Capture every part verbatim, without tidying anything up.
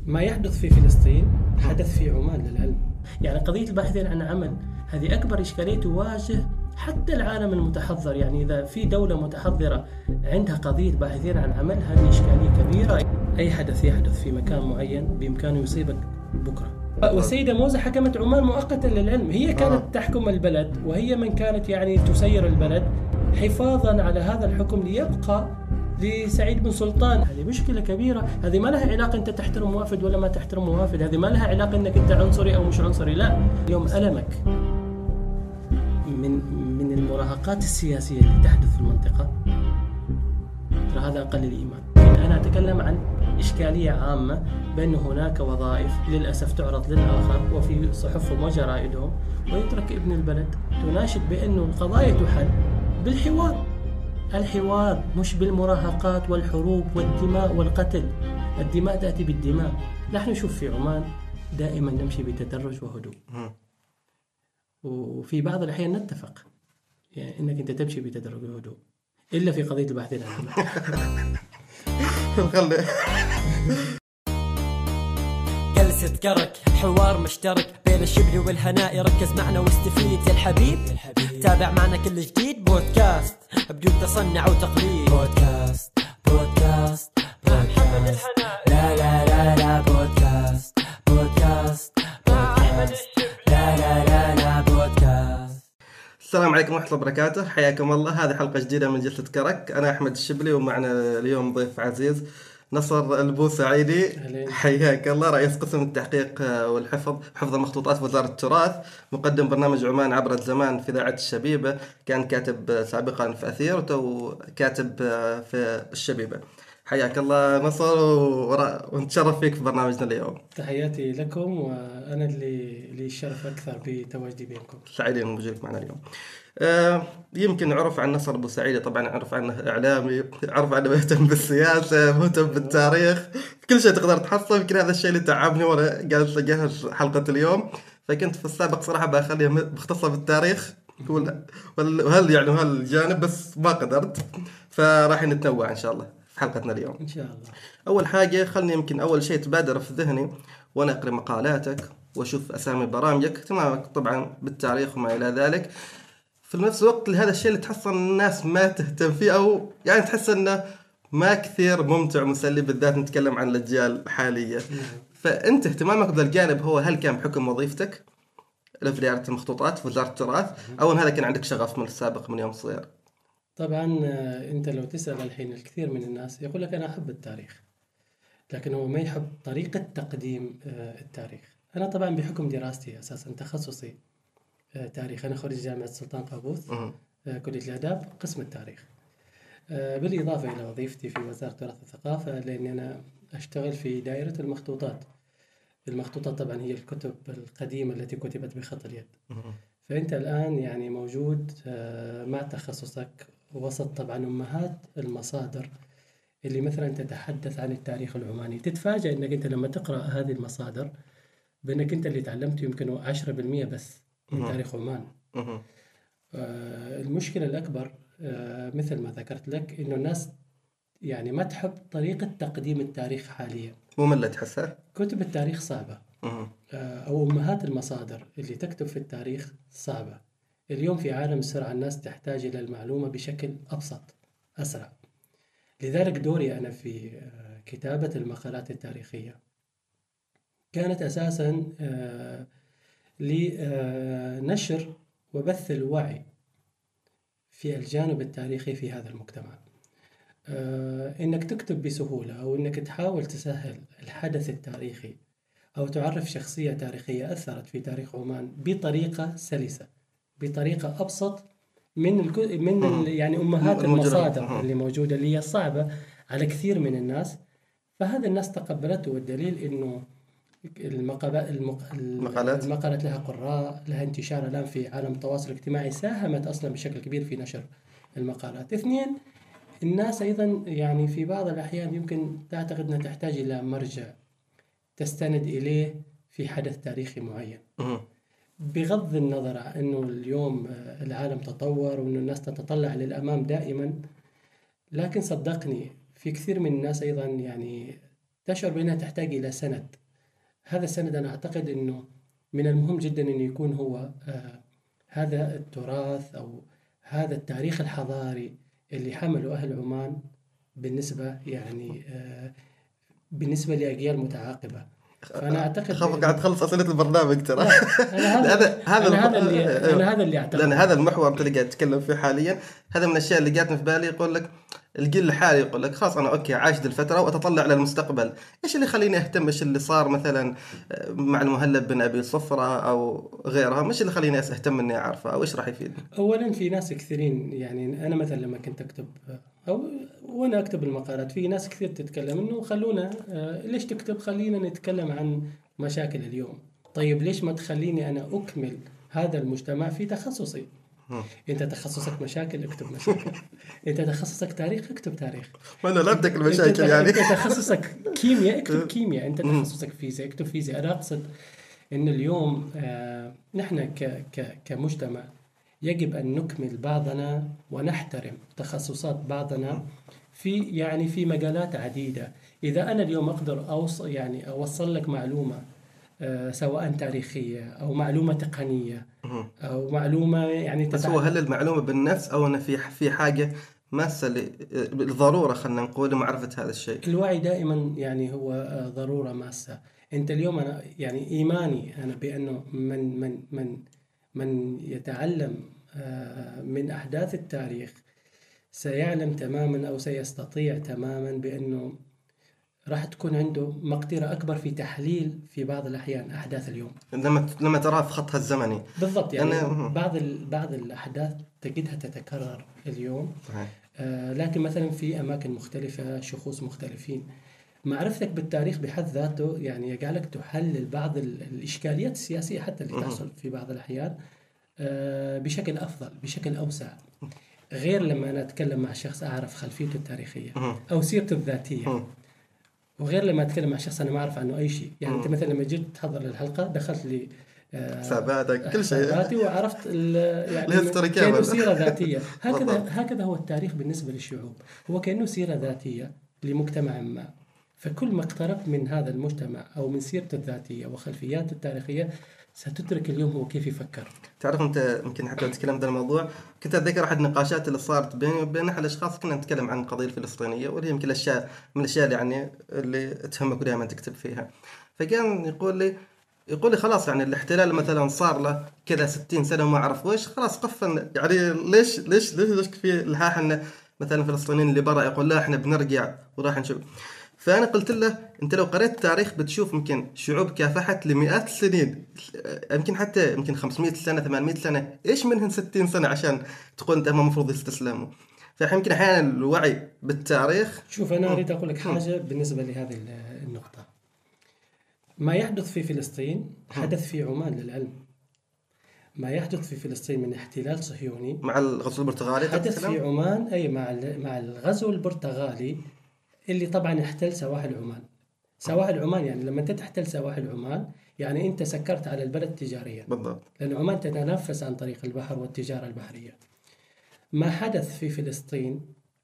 ما يحدث في فلسطين حدث في عمان للعلم. يعني قضية الباحثين عن عمل هذه أكبر إشكالية تواجه حتى العالم المتحضر. يعني إذا في دولة متحضرة عندها قضية باحثين عن عمل، هذه إشكالية كبيرة. أي حدث يحدث في مكان معين بإمكانه يصيبك بكرة. والسيدة موزة حكمت عمان مؤقتا للعلم، هي كانت تحكم البلد وهي من كانت يعني تسير البلد حفاظا على هذا الحكم ليبقى لسعيد بن سلطان. هذه مشكلة كبيرة. هذه ما لها علاقة أنت تحترم وافد ولا ما تحترم وافد، هذه ما لها علاقة أنك أنت عنصري أو مش عنصري. لا، اليوم ألمك من من المراهقات السياسية اللي تحدث في المنطقة، ترى هذا أقل الإيمان. أنا أتكلم عن إشكالية عامة بأن هناك وظائف للأسف تعرض للآخر وفي صحفهم وجرائدهم، ويترك ابن البلد. تناشد بأنه القضايا تحل بالحوار، الحوار مش بالمراهقات والحروب والدماء والقتل. الدماء تأتي بالدماء. نحن نشوف في عمان دائما نمشي بتدرج وهدوء، وفي بعض الأحيان نتفق يعني إنك أنت تمشي بتدرج وهدوء، إلا في قضية الباحثين عن العمل. جلسة كرك، حوار مشترك بين الشبل والهناء. ركز معنا واستفيد يا الحبيب. تابع معنا كل جديد. بودكاست بدون تصنع وتقليد. بودكاست بودكاست بودكاست لا لا لا لا بودكاست بودكاست بودكاست لا لا لا لا بودكاست. السلام عليكم ورحمة الله وبركاته، حياكم الله. هذه حلقة جديدة من جلسة كرك. أنا أحمد الشبلي ومعنا اليوم ضيف عزيز نصر البوسعيدي. حياك الله. رئيس قسم التحقيق والحفظ حفظ المخطوطات في وزارة التراث، مقدم برنامج عمان عبر الزمان في إذاعة الشبيبة، كان كاتب سابقا في أثير وتو كاتب في الشبيبة. حياك الله نصر، ونتشرف فيك في برنامجنا اليوم. تحياتي لكم، وأنا اللي لي الشرف أكثر بتواجدي بينكم. سعيدين بوجودك معنا اليوم. آه يمكن عرف عن نصر البوسعيدي، طبعا عرف عنه إعلامي، عرف عنه مهتم بالسياسة، مهتم بالتاريخ، كل شيء تقدر تحصل. يمكن هذا الشيء اللي تعبني وأنا جالس أجهز حلقة اليوم، فكنت في السابق صراحة بخليها مختصة بالتاريخ وهل يعني هالجانب، بس ما قدرت، فراح نتنوع إن شاء الله في حلقتنا اليوم إن شاء الله. أول حاجة خلني يمكن أول شيء تبادر في ذهني وأنا أقرأ مقالاتك وأشوف أسامي برامجك، تمام طبعا بالتاريخ وما إلى ذلك، في نفس الوقت لهذا الشيء اللي تحصل الناس ما تهتم فيه، أو يعني تحس أنه ما كثير ممتع ومسلي، بالذات نتكلم عن الأجيال الحالية. فأنت اهتمامك بهذا الجانب هو هل كان بحكم وظيفتك في إدارة المخطوطات في وزارة التراث، أو أن هذا كان عندك شغف من السابق من يوم صغير؟ طبعا أنت لو تسأل الحين الكثير من الناس يقول لك أنا أحب التاريخ، لكن هو ما يحب طريقة تقديم التاريخ. أنا طبعا بحكم دراستي أساسا تخصصي تاريخ، أنا خريج جامعة سلطان قابوس كلية الآداب قسم التاريخ، بالإضافة إلى وظيفتي في وزارة التراث والثقافة، لأني أنا أشتغل في دائرة المخطوطات. المخطوطات طبعا هي الكتب القديمة التي كتبت بخط اليد. فأنت الآن يعني موجود مع تخصصك وسط طبعا أمهات المصادر اللي مثلا تتحدث عن التاريخ العماني. تتفاجأ أنك أنت لما تقرأ هذه المصادر بأنك أنت اللي تعلمته يمكن عشرة بالمئة بس من تاريخ عمان. المشكلة الأكبر مثل ما ذكرت لك إنه الناس يعني ما تحب طريقة تقديم التاريخ حاليا. مملة تحسها؟ كتب التاريخ صعبة، أو أمهات المصادر اللي تكتب في التاريخ صعبة. اليوم في عالم السرعة الناس تحتاج إلى المعلومة بشكل أبسط أسرع. لذلك دوري أنا في كتابة المقالات التاريخية كانت أساساً لنشر وبث الوعي في الجانب التاريخي في هذا المجتمع. إنك تكتب بسهولة، أو إنك تحاول تسهل الحدث التاريخي، أو تعرف شخصية تاريخية أثرت في تاريخ عمان بطريقة سلسة، بطريقة أبسط من الك... من يعني أمهات المصادر اللي موجودة، اللي هي صعبة على كثير من الناس. فهذا الناس تقبلته، والدليل إنه المقالات المقالات المقالات لها قراء، لها انتشار الآن في عالم التواصل الاجتماعي، ساهمت أصلا بشكل كبير في نشر المقالات. اثنين، الناس أيضا يعني في بعض الأحيان يمكن تعتقد أنها تحتاج إلى مرجع تستند إليه في حدث تاريخي معين، بغض النظر عن أنه اليوم العالم تطور وأنه الناس تتطلع للأمام دائما، لكن صدقني في كثير من الناس أيضا يعني تشعر بأنها تحتاج إلى سند. هذا السند أنا أعتقد أنه من المهم جدا أنه يكون هو آه هذا التراث أو هذا التاريخ الحضاري اللي حمله أهل عمان بالنسبة يعني آه بالنسبة لأجيال متعاقبة. فأنا أعتقد خافك قاعد تخلص أسئلة البرنامج ترى. أنا هذا هذا أنا هذا اللي أنا هذا اللي أعتقد. لأن هذا المحور أنت اللي قاعد تتكلم فيه حاليا، هذا من الأشياء اللي جاتني في بالي. يقول لك الجيل الحالي يقول لك خلاص أنا أوكي عايش ذي الفترة وأتطلع للمستقبل، إيش اللي يخليني أهتم إيش اللي صار مثلا مع المهلب بن أبي صفرة أو غيرها؟ مش اللي خليني أهتم إني أعرفه أو إيش راح يفيدني؟ أولا في ناس كثيرين، يعني أنا مثلا لما كنت أكتب أو وأنا أكتب المقالات في ناس كثير تتكلم إنه خلونا ليش تكتب، خلينا نتكلم عن مشاكل اليوم. طيب ليش ما تخليني أنا أكمل هذا المجتمع في تخصصي؟ أنت تخصصك مشاكل اكتب مشاكل، أنت تخصصك تاريخ اكتب تاريخ، وأنا لعبتك المشاكل يعني. أنت تخصصك كيمياء اكتب كيمياء، أنت تخصصك فيزياء اكتب فيزياء. أنا أقصد إن اليوم آه نحن ك ك كمجتمع يجب أن نكمل بعضنا ونحترم تخصصات بعضنا في يعني في مجالات عديدة. إذا أنا اليوم أقدر أوصل يعني أوصل لك معلومة آه سواء تاريخية أو معلومة تقنية أو معلومة يعني بس هو هل المعلومة بالنفس أو أن في في حاجة ماسة بالضرورة خلنا نقول معرفة هذا الشيء؟ الوعي دائما يعني هو آه ضرورة ماسة. أنت اليوم أنا يعني إيماني أنا بأنه من من من من يتعلم آه من أحداث التاريخ سيعلم تماما أو سيستطيع تماما بأنه راح تكون عنده مقدرة أكبر في تحليل في بعض الأحيان أحداث اليوم لما لما تراها في خطها الزمني. بالضبط يعني أنا... بعض ال... بعض الأحداث تجدها تتكرر اليوم آه لكن مثلا في أماكن مختلفة شخوص مختلفين. معرفتك بالتاريخ بحد ذاته يعني يجعلك تحلل بعض الإشكاليات السياسية حتى اللي تحصل في بعض الأحيان آه بشكل أفضل بشكل أوسع، غير لما أنا أتكلم مع شخص أعرف خلفيته التاريخية أو سيرته الذاتية، وغير لما أتكلم مع شخص أنا ما أعرف عنه أي شيء. يعني أنت مثلا لما جيت تحضر للحلقة دخلت لي حساباتك كل شيء حساباتي وعرفت يعني كأنه سيرة ذاتية. هكذا هكذا هو التاريخ بالنسبة للشعوب، هو كأنه سيرة ذاتية لمجتمع ما. فكل ما اقتربت من هذا المجتمع أو من سيرته الذاتية وخلفياته التاريخية ستدرك اليوم هو كيف يفكر. تعرف أنت يمكن حتى تتكلم ذا الموضوع، كنت أتذكر أحد النقاشات اللي صارت بيني وبين أحد الأشخاص كنا نتكلم عن القضية الفلسطينية، واللي يمكن الأشياء من الأشياء اللي يعني اللي تهمك ودائما تكتب فيها. فكان يقول لي يقول لي خلاص يعني الاحتلال مثلا صار له كذا ستين سنة وما أعرف وإيش، خلاص قفن يعني ليش ليش ليش ليش في الحاح إنه مثلا الفلسطينيين اللي برا يقول لا إحنا بنرجع وراح نشوف. فأنا قلت له أنت لو قرأت التاريخ بتشوف يمكن شعوب كافحت لمئات السنين، يمكن حتى يمكن خمسمائة سنة ثمانمائة سنة، إيش منهن ستين سنة عشان تقول أنت ما مفروض يستسلموا. فيمكن أحيانا الوعي بالتاريخ. شوف أنا أريد أقول لك حاجة بالنسبة لهذه النقطة. ما يحدث في فلسطين حدث في عمان للعلم. ما يحدث في فلسطين من احتلال صهيوني مع الغزو البرتغالي حدث في عمان، أي مع مع الغزو البرتغالي اللي طبعا احتل سواحل عمان. سواحل عمان يعني لما انت تحتل سواحل عمان يعني انت سكرت على البلد تجاريا بالضبط، لأن عمان تتنفس عن طريق البحر والتجارة البحرية. ما حدث في فلسطين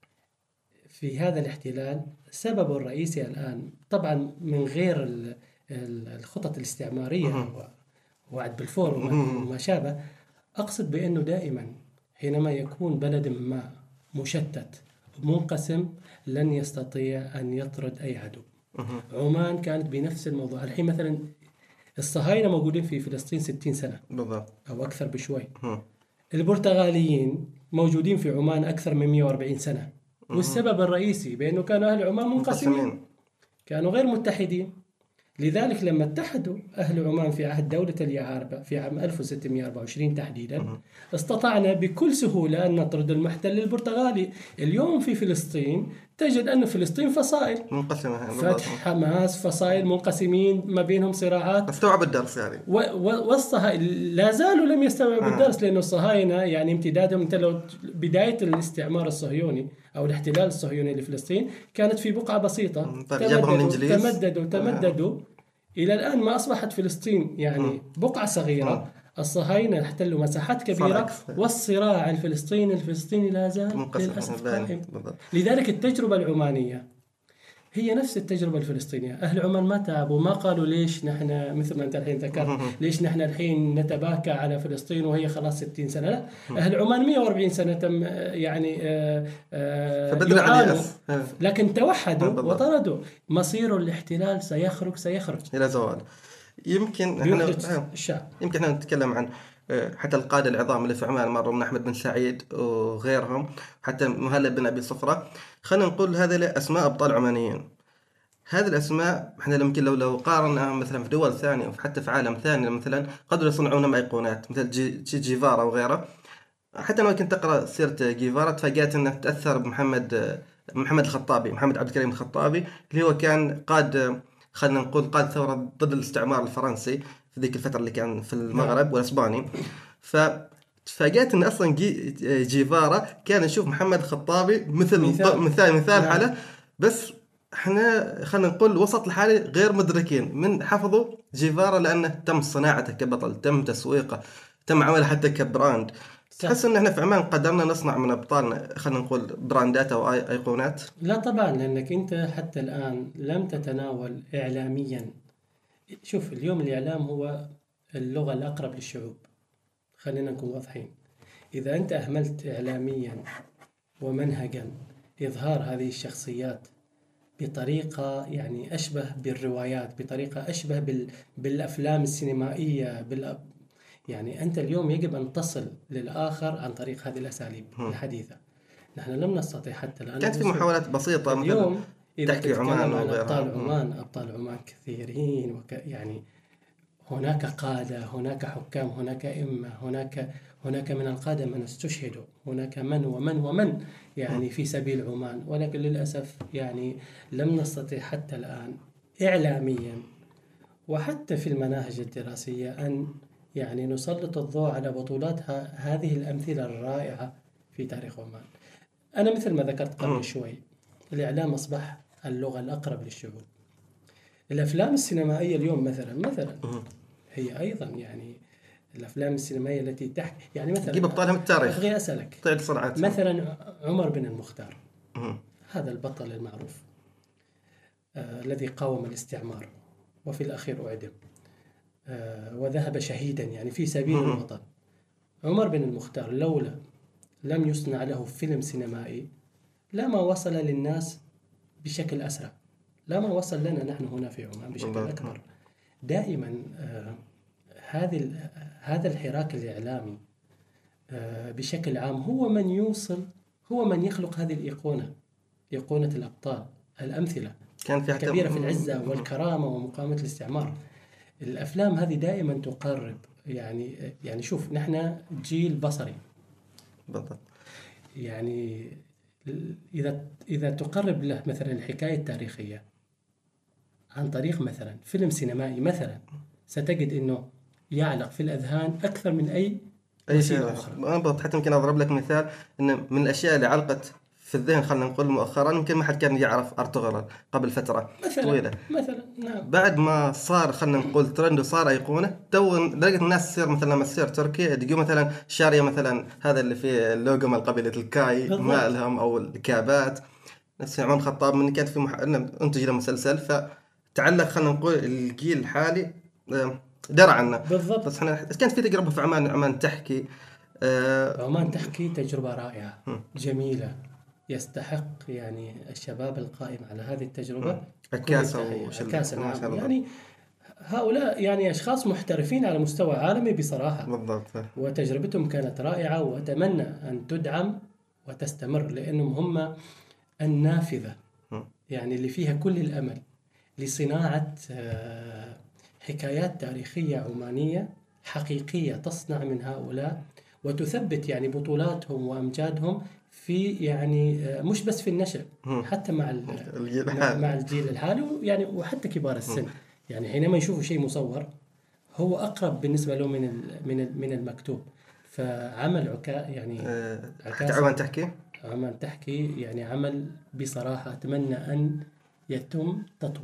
في هذا الاحتلال سببه الرئيسي الآن طبعا من غير الخطط الاستعمارية ووعد بلفور وما شابه. أقصد بأنه دائما حينما يكون بلد ما مشتت منقسم لن يستطيع أن يطرد أي عدو. عمان كانت بنفس الموضوع. الحين مثلا الصهاينة موجودين في فلسطين ستين سنة بالضبط أو أكثر بشوي. البرتغاليين موجودين في عمان أكثر من مئة وأربعين سنة، والسبب الرئيسي بأنه كانوا أهل عمان منقسمين، كانوا غير متحدين. لذلك لما اتحدوا أهل عمان في عهد دولة اليعاربة في عام ألف وستمئة وأربعة وعشرين تحديدا استطعنا بكل سهولة أن نطرد المحتل البرتغالي. اليوم في فلسطين تجد أن فلسطين فصائل منقسمة، فتح حماس فصائل منقسمين ما بينهم صراعات. استوعب الدرس يعني والصهاينة لا زالوا لم يستوعبوا الدرس، لأنه الصهاينة يعني امتدادهم انت لو بداية الاستعمار الصهيوني أو الاحتلال الصهيوني لفلسطين كانت في بقعة بسيطة، تمددوا تمددوا تمددوا إلى الآن ما أصبحت فلسطين يعني بقعة صغيرة. الصهاينة احتلوا مساحات كبيرة والصراع الفلسطيني الفلسطيني لا زال للأسف قائم. لذلك التجربة العمانية هي نفس التجربة الفلسطينية. أهل عمان ما تعبوا، ما قالوا ليش نحن مثل ما أنت الحين ذكرت ليش نحن الحين نتباكى على فلسطين وهي خلاص ستين سنة. لا، أهل عمان مئة وأربعين سنة تم يعني آه آه يعانوا، لكن توحدوا وطردوا. مصير الاحتلال سيخرج سيخرج إلى زوال. يمكن احنا الشعب. يمكن احنا نتكلم عن حتى القادة العظام اللي في عمان، مروا من أحمد بن سعيد وغيرهم، حتى مهلب بن أبي صفرة. خلينا نقول هذه اسماء ابطال عمانيين. هذه الاسماء احنا يمكن لو لو قارناها مثلا في دول ثانيه وحتى في عالم ثاني مثلا قدروا يصنعون ايقونات مثل جي جيفارا وغيره. حتى لما كنت تقرا سيره جيفارا تفاجأت انه تاثر بمحمد محمد الخطابي، محمد عبد الكريم الخطابي، اللي هو كان قاد، خلينا نقول قاد ثوره ضد الاستعمار الفرنسي في ذيك الفتره اللي كان في المغرب والاسباني. ف تفاجأت ان اصلا جي جيفارا كان يشوف محمد الخطابي مثل مثال مثال, مثال حاله، بس احنا خلينا نقول وسط الحالي غير مدركين من حفظوا جيفارا لانه تم صناعته كبطل، تم تسويقه، تم عمله حتى كبراند. تحس ان احنا في عمان قدرنا نصنع من ابطالنا خلينا نقول براندات او ايقونات؟ لا طبعا، لانك انت حتى الان لم تتناول اعلاميا. شوف اليوم الاعلام هو اللغه الاقرب للشعوب، خلينا نكون واضحين. إذا أنت أهملت إعلاميا ومنهجا إظهار هذه الشخصيات بطريقة يعني أشبه بالروايات، بطريقة أشبه بال... بالأفلام السينمائية، بال... يعني أنت اليوم يجب أن تصل للآخر عن طريق هذه الأساليب الحديثة. نحن لم نستطيع حتى الآن. كانت في محاولات بسيطة اليوم إذا تحكي عمان عن أبطال عمان، أبطال عمان كثيرين وك... يعني هناك قادة، هناك حكام، هناك إمة، هناك هناك من القادة من استشهدوا، هناك من ومن ومن يعني في سبيل عمان، ولكن للأسف يعني لم نستطيع حتى الآن إعلاميا وحتى في المناهج الدراسية أن يعني نسلط الضوء على بطولات هذه الأمثلة الرائعة في تاريخ عمان. أنا مثل ما ذكرت قبل شوي، الإعلام أصبح اللغة الأقرب للشعوب. الأفلام السينمائية اليوم مثلا مثلا هي أيضا يعني الأفلام السينمائية التي تحكي يعني مثلا جيب أبطالها من التاريخ. أبغي أسألك مثلا عمر بن المختار، هذا البطل المعروف آه الذي قاوم الاستعمار وفي الأخير أعدم آه وذهب شهيدا يعني في سبيل الوطن. عمر بن المختار لولا لم يصنع له فيلم سينمائي لما وصل للناس بشكل أسرع، لما وصل لنا نحن هنا في عمان بشكل أكبر. دائما آه هذه هذا الحراك الإعلامي آه بشكل عام هو من يوصل، هو من يخلق هذه الإيقونة، إيقونة الأبطال، الأمثلة كان في كبيرة في العزة والكرامة ومقاومة الاستعمار. الأفلام هذه دائما تقرب يعني يعني شوف نحن جيل بصري بالضبط. يعني إذا إذا تقرب له مثلا الحكاية التاريخية عن طريق مثلا فيلم سينمائي مثلا ستجد إنه يعلق في الأذهان أكثر من أي وسيلة أخرى. أنا حتى يمكن أضرب لك مثال إن من الأشياء اللي علقت في الذهن خلينا نقول مؤخرا، يمكن ما حد كان يعرف أرطغرل قبل فترة مثلاً طويلة مثلا نعم. بعد ما صار خلينا نقول ترند وصار أيقونة، تو لقيت الناس تصير مثلا لما تصير تركيا تجي مثلا شارية مثلا هذا اللي فيه اللوجو مال قبيلة الكاي مالهم أو الكابات. نفس عمر الخطاب من كانت في مح... انتج له مسلسل فتعلق خلينا نقول الجيل الحالي درى عنه بالضبط. بس احنا كانت في تجربة في عمان، عمان تحكي آه عمان تحكي تجربة رائعة م. جميلة، يستحق يعني الشباب القائم على هذه التجربة الكاسة الكاسة نعم. يعني هؤلاء يعني أشخاص محترفين على مستوى عالمي بصراحة بالضبط، وتجربتهم كانت رائعة وأتمنى أن تدعم وتستمر لأنهم هم النافذة م. يعني اللي فيها كل الأمل لصناعة آه حكايات تاريخية عمانية حقيقية تصنع من هؤلاء وتثبت يعني بطولاتهم وأمجادهم في يعني مش بس في النشأ حتى مع الجيل الحالي مع الجيل الحالي يعني وحتى كبار السن. يعني حينما يشوفوا شيء مصور هو أقرب بالنسبة له من من من المكتوب. فعمل عكا يعني عمان تحكي عمان تحكي يعني عمل بصراحة أتمنى أن يتم تطويره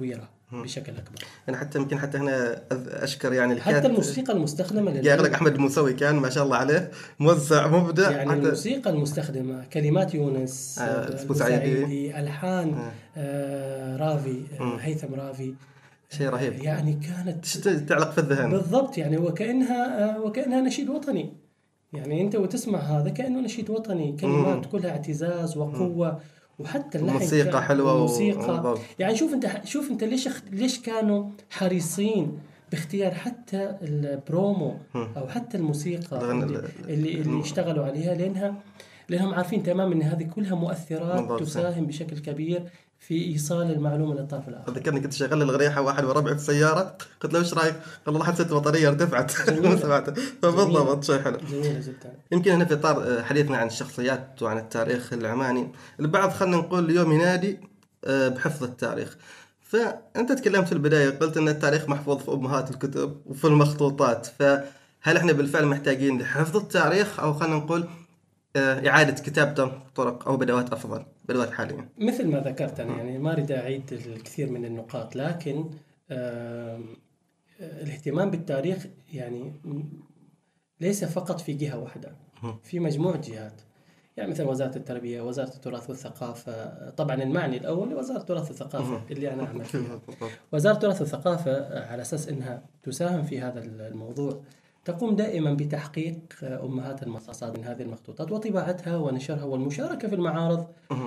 بشكل اكبر. انا حتى يمكن حتى هنا أذ- اشكر يعني حتى الكاتب الموسيقى المستخدمه يا لك احمد الموسوي، كان ما شاء الله عليه موزع مبدع. يعني حتى الموسيقى المستخدمه كلمات يونس آه، آه، البوسعيدي. البوسعيدي، الحان آه. آه، رافي آه، مم. هيثم رافي، شيء رهيب. آه، يعني كانت تشت- تعلق في الذهن. بالضبط، يعني وكانها آه، وكانها نشيد وطني. يعني انت وتسمع هذا كانه نشيد وطني، كلمات مم. كلها اعتزاز وقوه، وحتى اللحن الموسيقى كان- حلوة و- والموسيقى. بالضبط. يعني شوف انت شوف انت ليش اخ- ليش كانوا حريصين باختيار حتى البرومو او حتى الموسيقى الغن- اللي, ال- اللي, اللي الم- اشتغلوا عليها، لانها لانهم عارفين تماما ان هذه كلها مؤثرات بالضبط. تساهم بشكل كبير في ايصال المعلومه للطرف الاخر. ذكرني كنت شغال الغريحه واحد وربعي في السياره، قلت له ايش رايك؟ قال والله حسيت البطاريه ارتفعت. ما سمعته. فبالضبط شيء حلو. جميله جدا. يمكن هنا في اطار حديثنا عن الشخصيات وعن التاريخ العماني، البعض خلينا نقول اليوم ينادي آه، بحفظ التاريخ. فانت تكلمت في البدايه قلت ان التاريخ محفوظ في امهات الكتب وفي المخطوطات، فهل احنا بالفعل محتاجين لحفظ التاريخ او خلينا نقول آه، اعاده كتابته بطرق او بدوات افضل بدوات حاليا؟ مثل ما ذكرت أنا، يعني ما أريد أعيد الكثير من النقاط، لكن آم، آه، الاهتمام بالتاريخ يعني م- ليس فقط في جهة واحدة، في مجموعة جهات. يعني مثل وزارة التربية، وزارة التراث والثقافة، طبعا المعني الأول وزارة التراث والثقافة اللي أنا أعمل فيها. وزارة التراث والثقافة على أساس أنها تساهم في هذا الموضوع تقوم دائما بتحقيق أمهات المصاصات من هذه المخطوطات وطباعتها ونشرها والمشاركة في المعارض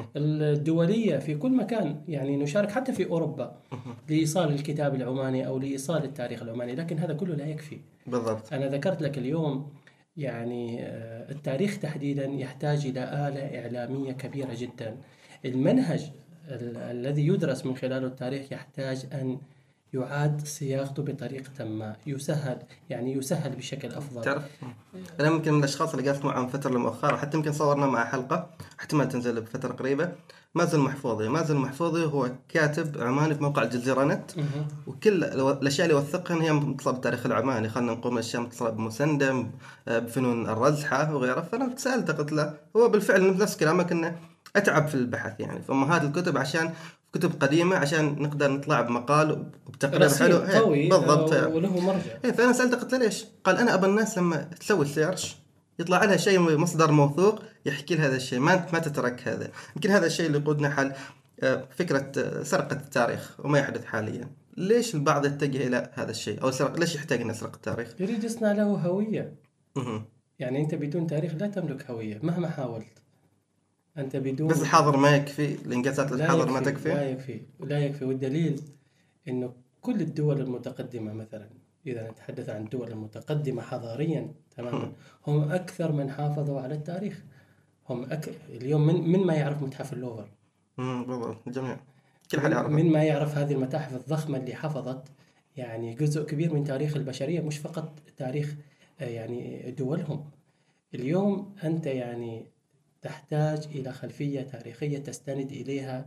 الدولية في كل مكان. يعني نشارك حتى في أوروبا لإيصال الكتاب العماني أو لإيصال التاريخ العماني، لكن هذا كله لا يكفي. بالضبط. أنا ذكرت لك اليوم يعني آه، التاريخ تحديدا يحتاج إلى آلة إعلامية كبيرة جدا. المنهج ال- الذي يدرس من خلاله التاريخ يحتاج أن يعاد صياغته بطريقة ما، يسهل يعني يسهل بشكل أفضل. تعرف انا يمكن من الاشخاص اللي قعدت معهم فتره مؤخرا، حتى يمكن صورنا مع حلقه احتمال تنزل بفتره قريبه، مازن محفوظي. مازن محفوظي هو كاتب عماني في موقع الجزيره نت، مهم. وكل الو- الاشياء اللي يوثقها هي متصله بالتاريخ العماني، خلينا نقول اشياء متصله بمسندم، آه، بفنون الرزحه وغيره. فانا سالته قلت له هو بالفعل نفس كلامك انه اتعب في البحث يعني في امهات الكتب عشان كتب قديمه عشان نقدر نطلع بمقال وبتقرير رصيد حلو. إيه، قوي بالضبط. آه، وله مرجع. إيه، فأنا سألته قلت له ليش؟ قال أنا أبى الناس لما تسوي سيرش يطلع لها شيء مصدر موثوق يحكي لها هذا الشيء، ما ما تترك هذا. يمكن هذا الشيء اللي يقودنا حل آه، فكرة آه، سرقة التاريخ وما يحدث حاليا. ليش البعض يتجه إلى هذا الشيء أو سرق؟ ليش يحتاج أن يسرق التاريخ؟ يريد يصنع له هوية. مهم. يعني أنت بدون تاريخ لا تملك هوية مهما حاولت. أنت بدون بس الحاضر ما يكفي، الإنجازات لا الحاضر ما يكفي، تكفي. لا يكفي لا يكفي. والدليل انه كل الدول المتقدمه مثلا، اذا نتحدث عن الدول المتقدمه حضاريا تماما، هم اكثر من حافظوا على التاريخ. هم أك... اليوم من من ما يعرف متحف اللوفر، مم، بالضبط. الجميع كل حد من, يعرفه. من ما يعرف هذه المتاحف الضخمه اللي حفظت يعني جزء كبير من تاريخ البشريه، مش فقط تاريخ آه، يعني دولهم. اليوم انت يعني تحتاج الى خلفيه تاريخيه تستند اليها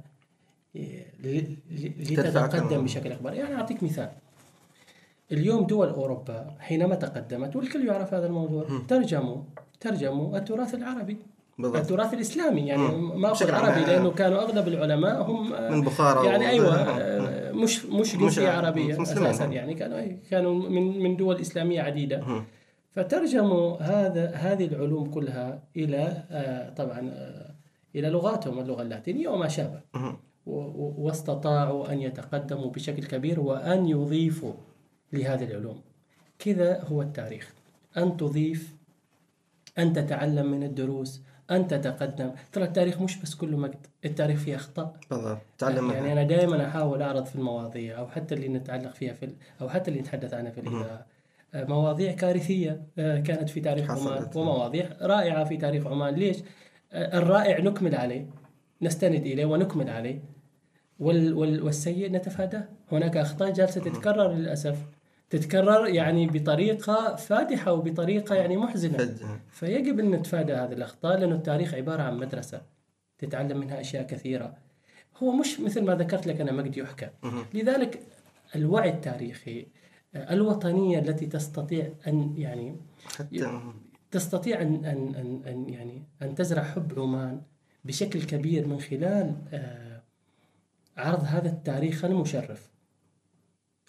ل- ل- لتتقدم بشكل أكبر. يعني أعطيك مثال، اليوم دول أوروبا حينما تقدمت والكل يعرف هذا الموضوع ترجموا ترجموا التراث العربي، بالضبط. التراث الإسلامي. يعني مم. ما أقول بشكل عام. عربي لأنه كانوا أغلب العلماء هم آه، من بخارى يعني و- أيوة آه، مش مش جنسية عرب- عربية مسلمين. أساسا، يعني كانوا كانوا من من دول إسلامية عديدة. مم. فترجموا هذا هذه العلوم كلها إلى آه، طبعا آه، إلى لغاتهم، اللغة اللاتينية وما شابه، مم. و- و- واستطاعوا أن يتقدموا بشكل كبير وأن يضيفوا لهذه العلوم. كذا هو التاريخ، أن تضيف، أن تتعلم من الدروس، أن تتقدم. ترى التاريخ مش بس كله مجد، التاريخ فيه أخطاء. بالضبط. تعلم يعني منها. أنا دائما أحاول أعرض في المواضيع أو حتى اللي نتعلق فيها في ال- أو حتى اللي نتحدث عنها في الإذاعة آه، مواضيع كارثية آه، كانت في تاريخ عمان، حصلت. ومواضيع رائعة في تاريخ عمان. ليش؟ آه، الرائع نكمل عليه، نستند إليه ونكمل عليه، وال وال والسيء نتفاداه. هناك أخطاء جالسة تتكرر للأسف، تتكرر يعني بطريقة فادحة وبطريقة يعني محزنة. فج- فيجب أن نتفادى هذه الأخطاء، لأن التاريخ عبارة عن مدرسة تتعلم منها أشياء كثيرة. هو مش مثل ما ذكرت لك أنا مجد يحكى. لذلك الوعي التاريخي، آه، الوطنية التي تستطيع أن يعني حتى تستطيع أن أن أن أن يعني أن تزرع حب عمان بشكل كبير من خلال آه، عرض هذا التاريخ المشرف.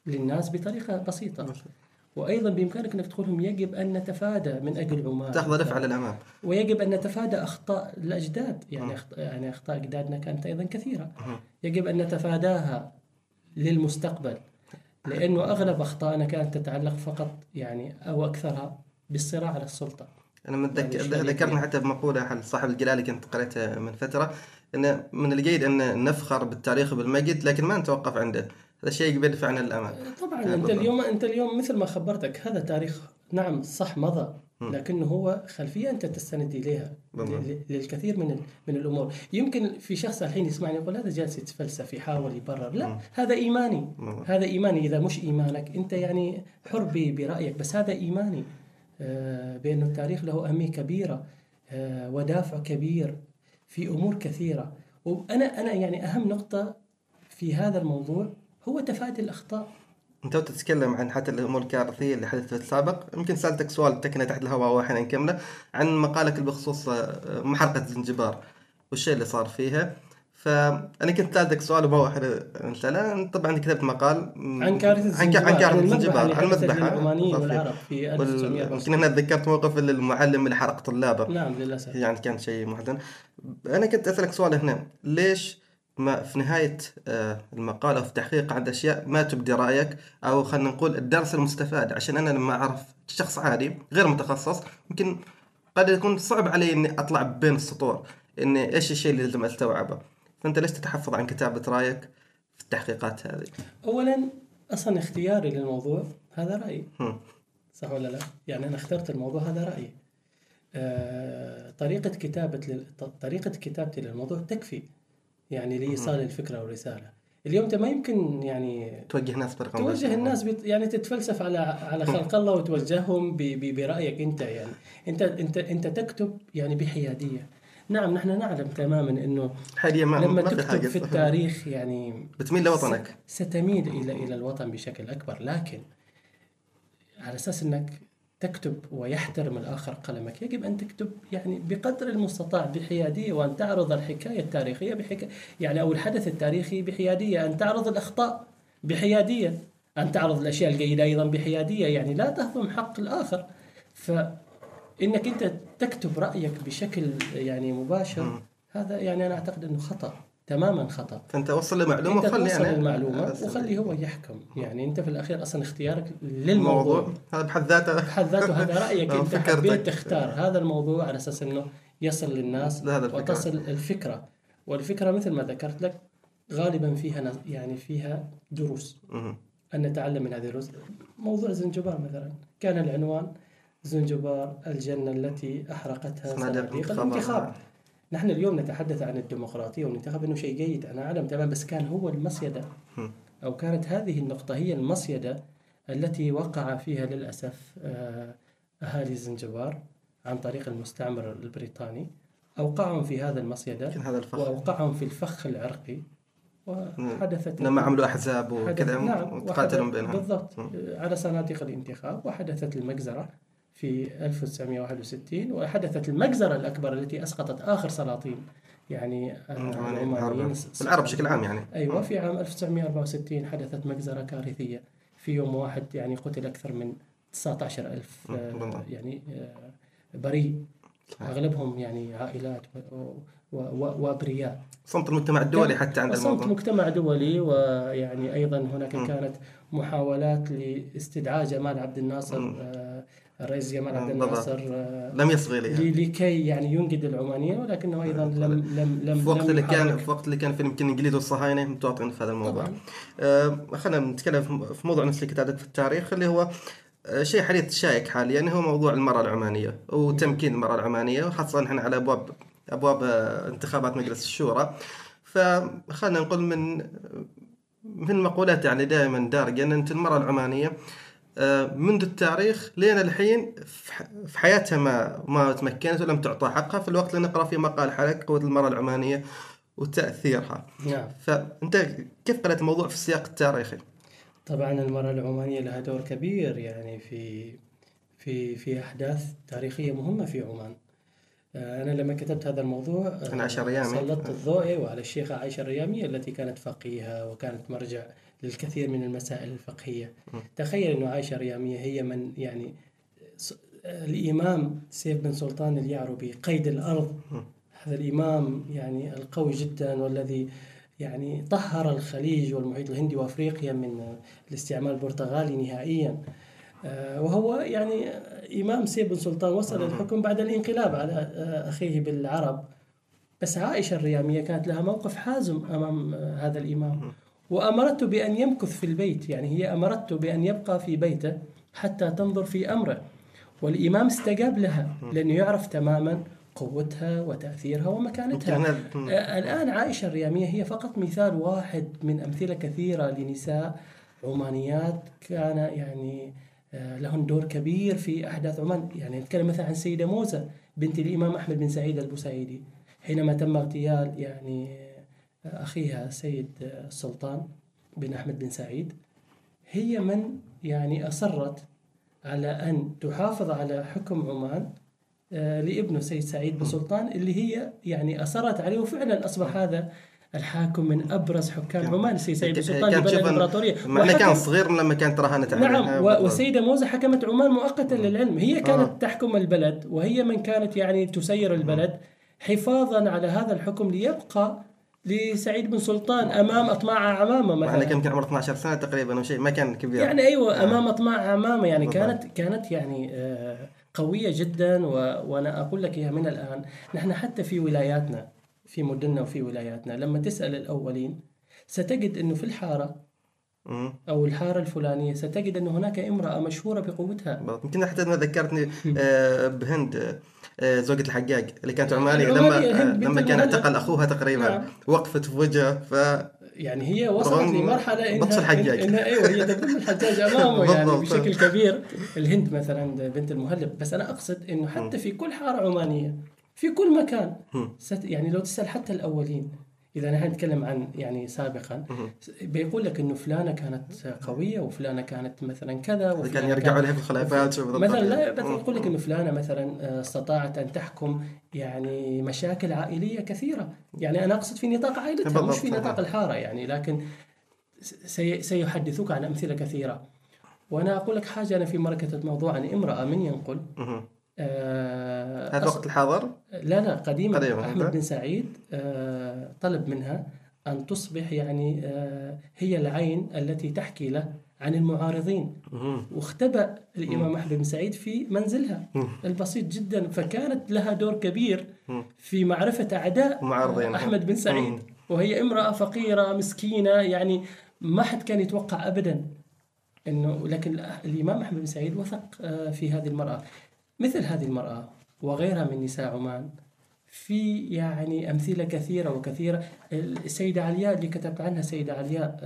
للناس بطريقة بسيطة. وأيضا بإمكانك أنك تقولهم يجب أن نتفادى من أجل عمان، تاخذ دفعة للأمام، ويجب أن نتفادى أخطاء الأجداد، يعني أخطاء يعني أخطاء أجدادنا كانت أيضا كثيرة، يجب أن نتفاداها للمستقبل، لأنه أغلب أخطائنا كانت تتعلق فقط يعني أو أكثرها بالصراع على السلطة. أنا متذكر ذكرنا حتى بمقولة حل صاحب الجلالي كنت قرأتها من فترة، إن من الجيد أن نفخر بالتاريخ وبالمجد لكن ما نتوقف عنده، هذا شيء بيدفعنا للأمام. طبعا أنت اليوم أنت اليوم مثل ما خبرتك هذا تاريخ نعم صح مضى، لكنه هو خلفية أنت تستند إليها للكثير من من الأمور. يمكن في شخص الحين يسمعني يقول هذا جالس يتفلسف يحاول يبرر، لا هذا إيماني، هذا إيماني. إذا مش إيمانك أنت يعني حر برأيك، بس هذا إيماني بأن التاريخ له أهمية كبيرة ودافع كبير في أمور كثيرة. وأنا أنا يعني أهم نقطة في هذا الموضوع هو تفادي الأخطاء. أنت تتكلم عن حتى الأمور الكارثية اللي حدثت في السابق، يمكن سألتك سؤال تكنا تحت الهواء وحين نكمله عن مقالك بخصوص محرقة زنجبار والشيء اللي صار فيها. فأنا كنت سألتك سؤال وهو أنت لا طبعا كتبت مقال عن كارثة زنجبار، عن كارثة زنجبار عن المذبحة العمانيين والعرب في ألف وتسعمائة وأربعة وستين. يمكن هنا تذكرت موقف المعلم اللي حرق طلابه. نعم للأسف، يعني كان شيء محزن. أنا كنت أسألك سؤال هنا، ليش ما في نهاية المقالة في تحقيق عن أشياء ما تبدي رأيك أو خلينا نقول الدرس المستفاد؟ عشان أنا لما أعرف شخص عادي غير متخصص يمكن قد يكون صعب علي إني أطلع بين السطور إن إيش الشيء اللي لازم أستوعبه. فأنت ليش تتحفظ عن كتابة رأيك في التحقيقات هذه؟ أولا أصلا اختياري للموضوع هذا رأيي، هم. صح ولا لا؟ يعني أنا اخترت الموضوع هذا رأيي. آه، طريقة كتابة لل... طريقة كتابتي للموضوع تكفي يعني لإيصال الفكرة والرسالة. اليوم أنت ما يمكن يعني توجه الناس برقم توجه الناس بت... يعني تتفلسف على على خلق الله وتوجههم ب... ب... برأيك أنت. يعني أنت أنت أنت تكتب يعني بحيادية. نعم نحن نعلم تماما إنه حاليا ما لما ما تكتب في, في التاريخ يعني بتميل لوطنك، ستميل إلى إلى الوطن بشكل أكبر، لكن على أساس أنك تكتب ويحترم الآخر قلمك يجب أن تكتب يعني بقدر المستطاع بحيادية، وأن تعرض الحكاية التاريخية بحكاية يعني أو الحدث التاريخي بحيادية، أن تعرض الأخطاء بحيادية، أن تعرض الأشياء الجيدة أيضا بحيادية، يعني لا تهضم حق الآخر. فإنك أنت تكتب رأيك بشكل يعني مباشر م. هذا يعني أنا أعتقد أنه خطأ، تماما خطأ. فأنت وصل المعلومة وخلي يعني المعلومة وخلي هو يحكم. يعني أنت في الأخير أصلا اختيارك للموضوع هذا بحد ذاته بحد ذاته هذا رأيك أنت حبيت تختار هذا الموضوع على أساس أنه يصل للناس وتصل الفكرة. والفكرة مثل ما ذكرت لك غالبا فيها يعني فيها دروس أن نتعلم من هذه الدروس. موضوع زنجبار مثلا كان العنوان زنجبار الجنة التي أحرقتها صناديق الانتخاب. نحن اليوم نتحدث عن الديمقراطية والانتخاب إنه شيء جيد، أنا أعلم تمام، بس كان هو المصيدة أو كانت هذه النقطة هي المصيدة التي وقع فيها للأسف أهالي زنجبار عن طريق المستعمر البريطاني. أوقعهم في هذا المصيدة وأوقعهم في الفخ العرقي، وحدثت لما عملوا أحزاب وكذا نعم وتقاتلوا بينهم بالضبط م. على صناديق الانتخاب، وحدثت المجزرة في ألف وتسعمائة وواحد وستين، وحدثت المجزرة الأكبر التي أسقطت آخر سلاطين يعني العمانيين العرب بشكل عام يعني. أيوة في عام ألف وتسعمائة وأربعة وستين حدثت مجزرة كارثية، في يوم واحد يعني قتل أكثر من تسعة عشر ألف يعني بريء، أغلبهم يعني عائلات وأبرياء. صمت المجتمع الدولي حتى عند الموضوع، صمت مجتمع دولي. ويعني أيضا هناك م. كانت محاولات لاستدعاء جمال عبد الناصر م. الرئيس جمال عبد الناصر لم يصغي لي لكي يعني ينقذ العمانيين، ولكنه أيضا لم لم لم في وقت لم اللي كان في وقت اللي كان في يمكن الإنجليز والصهاينة متواطئين في هذا الموضوع. آه خلينا نتكلم في موضوع نفس اللي كتابتك في التاريخ اللي هو شيء حديث شائك حاليا، هو موضوع المرأة العمانية وتمكين المرأة العمانية، وخاصة نحن على أبواب أبواب انتخابات مجلس الشورى. فخلنا نقول من من مقولات يعني دائما دارجة أن أنت المرأة العمانية منذ التاريخ لين الحين في حياتها ما ما تمكنت ولم تعطى حقها، في الوقت اللي نقرأ فيه مقال حلق قوة المرأة العمانية وتأثيرها. نعم. فأنت كيف قرأت الموضوع في السياق التاريخي؟ طبعا المرأة العمانية لها دور كبير يعني في في في أحداث تاريخية مهمة في عمان. أنا لما كتبت هذا الموضوع عائشة الريامي سلطت الضوء وعلى الشيخة عائشة الريامية التي كانت فقيهة وكانت مرجع للكثير من المسائل الفقهية. تخيل أنه عائشة الريامية هي من يعني الإمام سيف بن سلطان اليعربي قيد الأرض، هذا الإمام يعني القوي جدا والذي يعني طهر الخليج والمحيط الهندي وأفريقيا من الاستعمار البرتغالي نهائيا، وهو يعني إمام سيف بن سلطان وصل الحكم بعد الانقلاب على أخيه بالعرب. بس عائشة الريامية كانت لها موقف حازم أمام هذا الإمام، وأمرته بأن يمكث في البيت، يعني هي أمرته بأن يبقى في بيته حتى تنظر في أمره، والإمام استجاب لها لأنه يعرف تماما قوتها وتأثيرها ومكانتها. الآن عائشة الريامية هي فقط مثال واحد من أمثلة كثيرة لنساء عمانيات كان يعني لهن دور كبير في أحداث عمان. يعني نتكلم مثلا عن السيدة موزة بنت الإمام أحمد بن سعيد البوسعيدي، حينما تم اغتيال يعني أخيها السيد السلطان بن أحمد بن سعيد، هي من يعني أصرت على أن تحافظ على حكم عمان لابنه سيد سعيد بن سلطان اللي هي يعني أصرت عليه، وفعلا أصبح هذا الحاكم من أبرز حكام عمان. السيد سعيد بن سلطان بنى الإمبراطورية، معنى كان صغير لما كانت رهنت عليه. نعم، والسيدة موزة حكمت عمان مؤقتا للعلم، هي كانت آه. تحكم البلد، وهي من كانت يعني تسير البلد حفاظا على هذا الحكم ليبقى لسعيد بن سلطان أمام أطماع عمامة مثلا. معنى كان عمره اثناشر سنة تقريبا أو شيء، ما كان كبير يعني أيوة آه. أمام أطماع عمامة، يعني بالضبط. كانت كانت يعني آه قوية جدا. و... وأنا أقول لك إياها من الآن، نحن حتى في ولاياتنا في مدننا وفي ولاياتنا لما تسأل الأولين ستجد أنه في الحارة أو الحارة الفلانية ستجد أن هناك امرأة مشهورة بقوتها. يمكن حتى ما ذكرتني بهند زوجة الحجاج اللي كانت عمانية، لما لما كان اعتقل أخوها تقريبا نعم. وقفت في وجهه، ف يعني هي وصلت لمرحلة إنها, الحجاج. إنها أيوة هي تضم الحجاج أمامه يعني بشكل كبير. الهند مثلا بنت المهلب. بس أنا أقصد إنه حتى في كل حارة عمانية في كل مكان ست يعني لو تسأل حتى الأولين، إذا نحن نتكلم عن يعني سابقا بيقول لك إنه فلانة كانت قوية وفلانة كانت مثلا كذا، كان يرجعوا لها في الخلافات مثلا. لا بس يقول لك إنه فلانة مثلا استطاعت أن تحكم يعني مشاكل عائلية كثيرة. يعني أنا أقصد في نطاق عائلتها مش في نطاق الحارة يعني، لكن سي سيحدثوك عن أمثلة كثيرة. وأنا أقول لك حاجة، أنا في مركزة موضوع عن امرأة من ينقل آه هذا وقت الحاضر؟ لا لا قديما, قديماً. أحمد بن سعيد آه طلب منها أن تصبح يعني آه هي العين التي تحكي له عن المعارضين، واختبأ الإمام أحمد بن سعيد في منزلها البسيط جدا، فكانت لها دور كبير في معرفة أعداء أحمد بن سعيد، وهي امرأة فقيرة مسكينة يعني ما حد كان يتوقع أبدا إنه، لكن الإمام أحمد بن سعيد وثق في هذه المرأة. مثل هذه المرأة وغيرها من نساء عمان في يعني أمثلة كثيرة وكثيرة. السيدة علياء اللي كتبت عنها، السيدة علياء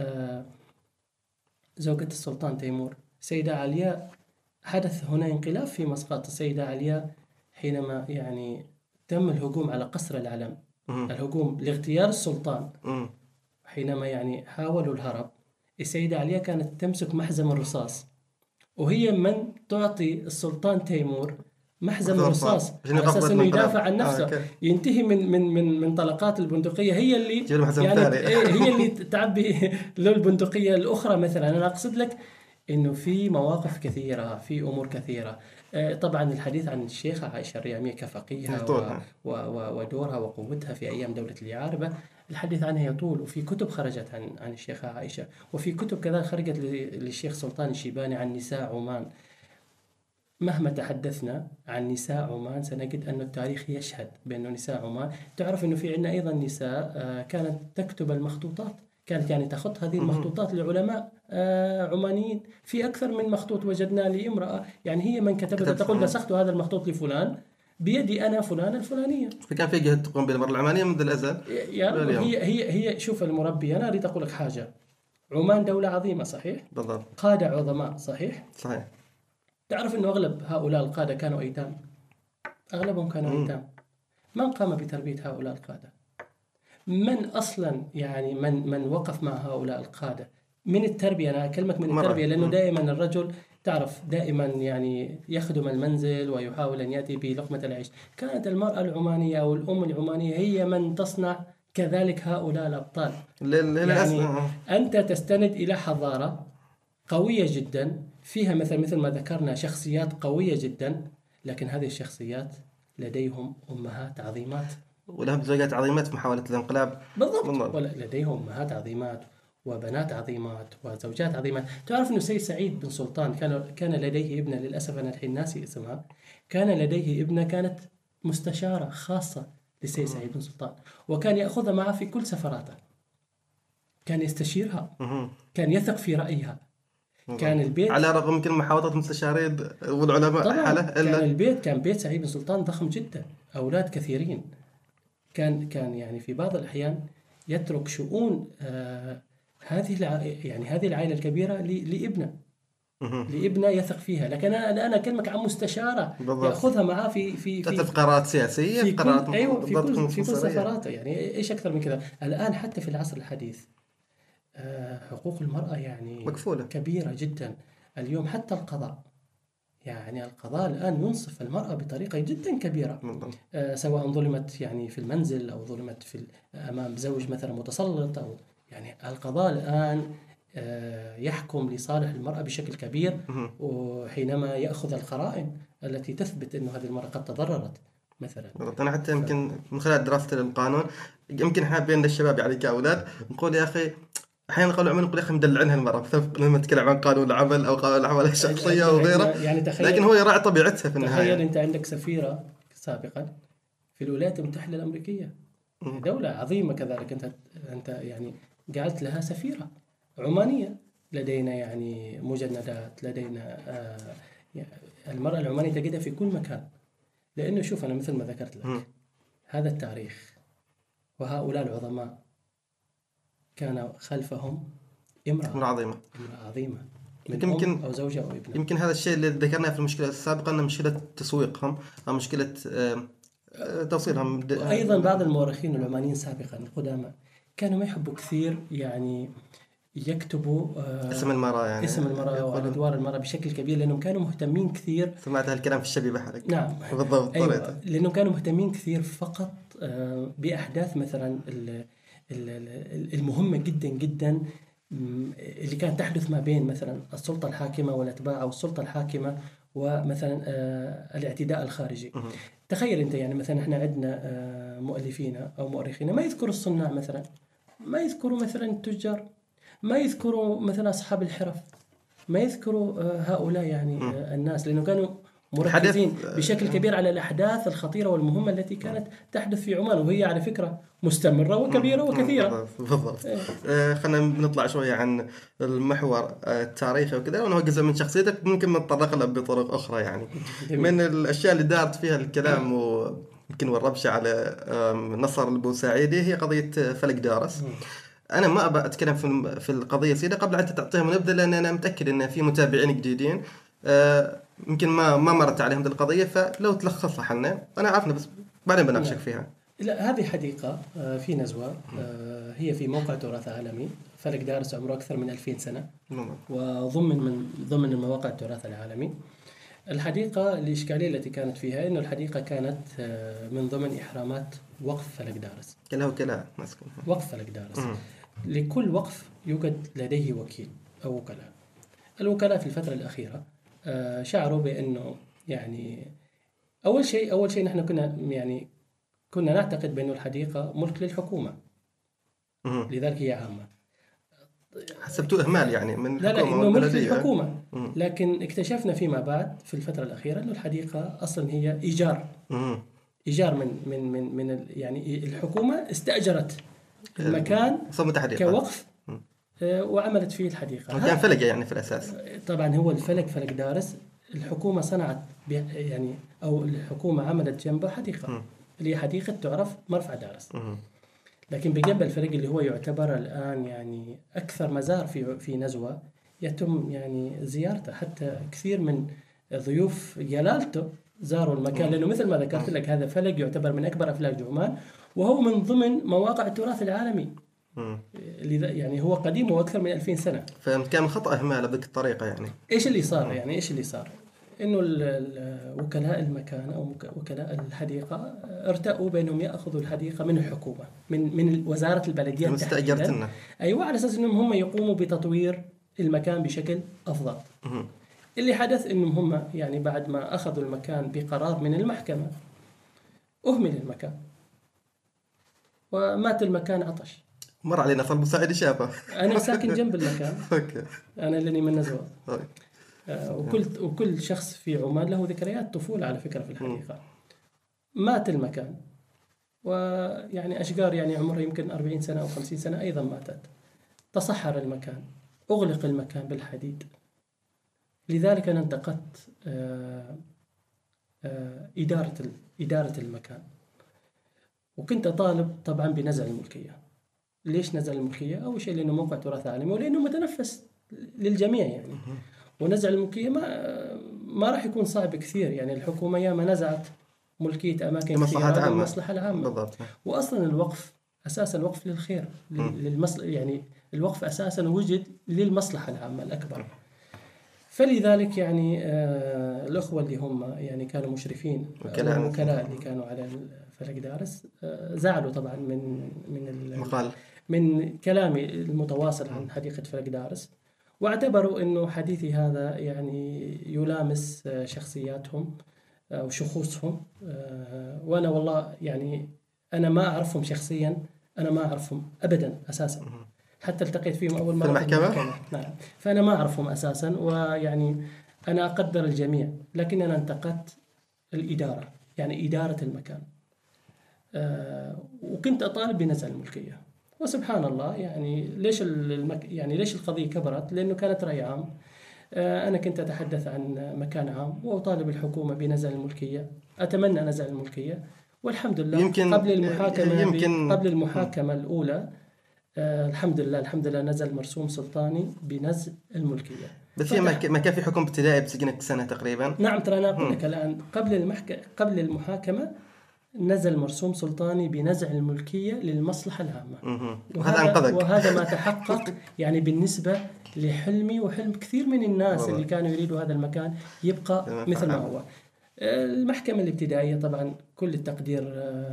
زوجة السلطان تيمور، السيدة علياء حدث هنا انقلاب في مسقط. السيدة علياء حينما يعني تم الهجوم على قصر العلم، الهجوم لاغتيال السلطان، حينما يعني حاولوا الهرب، السيدة علياء كانت تمسك محزم الرصاص، وهي من تعطي السلطان تيمور محزم الرصاص على اساس انه يدافع عن نفسه. آه ينتهي من من من من طلقات البندقيه، هي اللي يعني هي اللي تعبي له البندقيه الاخرى مثلا. انا اقصد لك انه في مواقف كثيره، في امور كثيره. طبعا الحديث عن الشيخة عائشة الريامية كفقيهة و... و... ودورها وقوتها في ايام دوله اليعربه، الحديث عنها يطول، وفي كتب خرجت عن عن الشيخة عائشة، وفي كتب كذا خرجت للشيخ سلطان الشيباني عن نساء عمان. مهما تحدثنا عن نساء عمان سنجد أن التاريخ يشهد بأن نساء عمان، تعرف أنه في عندنا أيضا نساء كانت تكتب المخطوطات، كانت يعني تخط هذه المخطوطات لعلماء عمانيين. في أكثر من مخطوط وجدنا لامرأة يعني هي من كتبت، تقول نسخت هذا المخطوط لفلان بيدي أنا فلان الفلانية. فكان في جهة تقوم بالأمر العمانية منذ الأزل. هي هي هي شوف المربي، أنا أريد أقول لك حاجة، عمان دولة عظيمة صحيح؟ بالضبط. قادة عظماء صحيح؟ صحيح. تعرف أنه أغلب هؤلاء القادة كانوا أيتام، أغلبهم كانوا أيتام. من قام بتربية هؤلاء القادة؟ من أصلا يعني من من وقف مع هؤلاء القادة من التربية؟ أنا أكلمك من التربية لأنه دائما الرجل تعرف دائما يعني يخدم المنزل ويحاول أن يأتي بلقمة العيش. كانت المرأة العمانية أو الأم العمانية هي من تصنع كذلك هؤلاء الأبطال. للأسف يعني أنت تستند إلى حضارة قوية جدا فيها مثل مثل ما ذكرنا شخصيات قوية جدا، لكن هذه الشخصيات لديهم أمهات عظيمات ولهم زوجات عظيمات في محاولة الانقلاب. بالضبط، لديهم أمهات عظيمات وبنات عظيمات وزوجات عظيمات. تعرف أنه سيد سعيد بن سلطان كان كان لديه ابنة، للأسف أنا الحين ناسي اسمها، كان لديه ابنة كانت مستشارة خاصة لسيد سعيد بن سلطان، وكان يأخذها معه في كل سفراته، كان يستشيرها، كان يثق في رأيها. كان البيت على رغم يمكن محاولات المستشارين والعلماء حاله إلا كان البيت كان بيت سعيد بن سلطان ضخم جدا، أولاد كثيرين. كان كان يعني في بعض الأحيان يترك شؤون آه هذه الع... يعني هذه العائلة الكبيرة ل... لابنه لابنه يثق فيها. لكن أنا أنا أكلمك عن مستشارة بالضبط. يأخذها معاه في في في قرارات سياسية، في قرارات كل... أيوة في كل في كل سفراته. يعني إيش أكثر من كذا؟ الآن حتى في العصر الحديث حقوق المرأة يعني مكفولة كبيرة جدا. اليوم حتى القضاء، يعني القضاء الآن ينصف المرأة بطريقة جدا كبيرة، آه سواء ظلمت يعني في المنزل أو ظلمت في أمام زوج مثلا متسلط، أو يعني القضاء الآن آه يحكم لصالح المرأة بشكل كبير، وحينما يأخذ القرائن التي تثبت أن هذه المرأة قد تضررت مثلا. أنا حتى يمكن ف... من خلال دراستي للقانون يمكن حابين للشباب يعني كأولاد نقول يا أخي أحيانا قالوا عمل نقول يا أخي مدلعنها المرأة لما نتكلم عن قانون العمل أو قانون العمل الشخصية وغيره، يعني لكن هو يراعي طبيعتها في النهاية. تخيل أنت عندك سفيرة سابقا في الولايات المتحدة الأمريكية، دولة عظيمة كذلك، أنت أنت يعني جعلت لها سفيرة عمانية. لدينا يعني مجندات، لدينا آه يعني المرأة العمانية تجدها في كل مكان، لأنه شوف أنا مثل ما ذكرت لك م. هذا التاريخ وهؤلاء العظماء كان خلفهم امرأة عظيمة امرأة عظيمة يمكن أو زوجة أو ابنة. يمكن هذا الشيء اللي ذكرناه في المشكلة السابقة أن مشكلة تسويقهم أو مشكلة توصيلهم. أيضا بعض المؤرخين العمانيين سابقا القدامى كانوا ما يحبوا كثير يعني يكتبوا اسم المرأة يعني اسم المرأة وأدوار المرأة بشكل كبير، لأنهم كانوا مهتمين كثير. سمعت هالكلام في الشبيبة حرك. نعم بالضبط. أيوة. لأنهم كانوا مهتمين كثير فقط بأحداث مثلا المهمة جدا جدا اللي كانت تحدث ما بين مثلا السلطة الحاكمة والأتباع، أو السلطة الحاكمة ومثلا الاعتداء الخارجي. تخيل أنت يعني مثلا إحنا عندنا مؤلفين أو مؤرخين ما يذكروا الصناع مثلا، ما يذكروا مثلا التجار، ما يذكروا مثلا أصحاب الحرف، ما يذكروا هؤلاء يعني م. الناس، لأنه كانوا مركزين بشكل كبير على الأحداث الخطيرة والمهمة التي كانت تحدث في عمان، وهي على فكرة مستمرة وكبيرة وكثيرة. بالضبط. آه خلينا نطلع شوية عن المحور التاريخي وكذا ونوقف من شخصيتك، ممكن نتطرق له بطرق أخرى يعني. من الأشياء اللي دارت فيها الكلام ويمكن والربشة على نصر البوسعيدي هي قضية فلك دارس. أنا ما أبغى أتكلم في في القضية سيدة قبل أن تعطيهم نبذة، لأن أنا متأكد أن في متابعين جديدين يمكن ما ما مرت عليهم هذه القضية، فلو تلخصها حنا أنا عارفنا بس بعدين بناقشك فيها. لا هذه حديقة في نزوة، هي في موقع تراث عالمي. فلك دارس عمره أكثر من ألفين سنة وضمن من ضمن المواقع التراث العالمي. الحديقة الإشكالية التي كانت فيها إنه الحديقة كانت من ضمن إحرامات وقف فلك دارس. كله وكلاء مسكن. وقف فلك دارس. م- لكل وقف يوجد لديه وكيل أو وكلاء. الوكلاء في الفترة الأخيرة شعروا بأنه يعني أول شيء أول شيء نحن كنا يعني كنا نعتقد بأنه الحديقة ملك للحكومة، م- لذلك هي عامة. حسبتوا إهمال يعني من لا لا إنه ملك الحكومة، لكن اكتشفنا فيما بعد في الفترة الأخيرة إنه الحديقة أصلا هي إيجار م- إيجار من من من من يعني الحكومة استأجرت المكان كوقف وعملت فيه الحديقة. كان فلك يعني في الأساس. طبعا هو الفلك فلك دارس، الحكومة صنعت يعني أو الحكومة عملت جنبه حديقة م. اللي هي حديقة تعرف مرفع دارس. م. لكن بجنب الفلك اللي هو يعتبر الآن يعني أكثر مزار في في نزوة يتم يعني زيارته، حتى كثير من ضيوف جلالته زاروا المكان، لأنه مثل ما ذكرت لك هذا فلك يعتبر من أكبر أفلاك عمان، وهو من ضمن مواقع التراث العالمي. لذا يعني هو قديم وأكثر من ألفين سنة. فكان خطأ إهمال بذيك الطريقة يعني. إيش اللي صار يعني إيش اللي صار؟ إنه وكلاء المكان أو وكلاء الحديقة ارتأوا بأنهم يأخذوا الحديقة من الحكومة، من من وزارة البلدية تحديداً. أيوة، على أساس إنهم هم يقوموا بتطوير المكان بشكل أفضل. مه. اللي حدث إنهم هم يعني بعد ما أخذوا المكان بقرار من المحكمة أهمل المكان ومات المكان عطش. مر علينا صار مساعد شافه. أنا ساكن جنب المكان. أوكي. أنا اللي من نزوة. أوكي. آه وكل وكل شخص في عمان له ذكريات طفولة على فكرة في الحقيقة. مات المكان، ويعني أشجار يعني عمرها يمكن أربعين سنة أو خمسين سنة أيضا ماتت. تصحر المكان، أغلق المكان بالحديد. لذلك أنا انتقدت آه آه إدارة إدارة المكان، وكنت أطالب طبعا بنزع الملكية. ليش نزع الملكية؟ أول شيء لأنه موقع تراث عالمي، ولأنه متنفس للجميع يعني. ونزع الملكية ما ما راح يكون صعب كثير يعني. الحكومة ياما نزعت ملكية أماكن كثيرة للمصلحة العامة. بالضبط. وأصلا الوقف أساسا وقف للخير، للمصلحة يعني. الوقف أساسا وجد للمصلحة العامة الأكبر. فلذلك يعني آه الأخوة اللي هم يعني كانوا مشرفين، الوكلاء اللي كانوا على فلك دارس آه زعلوا طبعا من من المقال، من كلامي المتواصل عن حديقة فلك دارس، واعتبروا إنه حديثي هذا يعني يلامس شخصياتهم وشخوصهم. وأنا والله يعني أنا ما أعرفهم شخصيا، أنا ما أعرفهم أبدا أساسا، حتى التقيت فيهم أول مرة في المحكمة. نعم. فأنا ما أعرفهم أساسا، ويعني أنا أقدر الجميع، لكن أنا انتقدت الإدارة يعني إدارة المكان. وكنت أطالب بنزع الملكية. وسبحان الله يعني ليش المك... يعني ليش القضية كبرت؟ لأنه كانت رأي عام. أنا كنت أتحدث عن مكان عام وأطالب الحكومة بنزع الملكية، أتمنى نزع الملكية، والحمد لله يمكن قبل المحاكمة يمكن قبل المحاكمة الأولى آه الحمد لله الحمد لله نزل مرسوم سلطاني بنزع الملكية. بس هي ما كان في حكم ابتدائي بسجنك سنة تقريبا. نعم، ترى أنا أقول لك الآن قبل المحك... قبل المحاكمة نزل مرسوم سلطاني بنزع الملكية للمصلحة العامة. وهذا أنقذك. وهذا ما تحقق يعني بالنسبة لحلمي وحلم كثير من الناس والله. اللي كانوا يريدوا هذا المكان يبقى مثل ما هو. المحكمة الابتدائية طبعا كل التقدير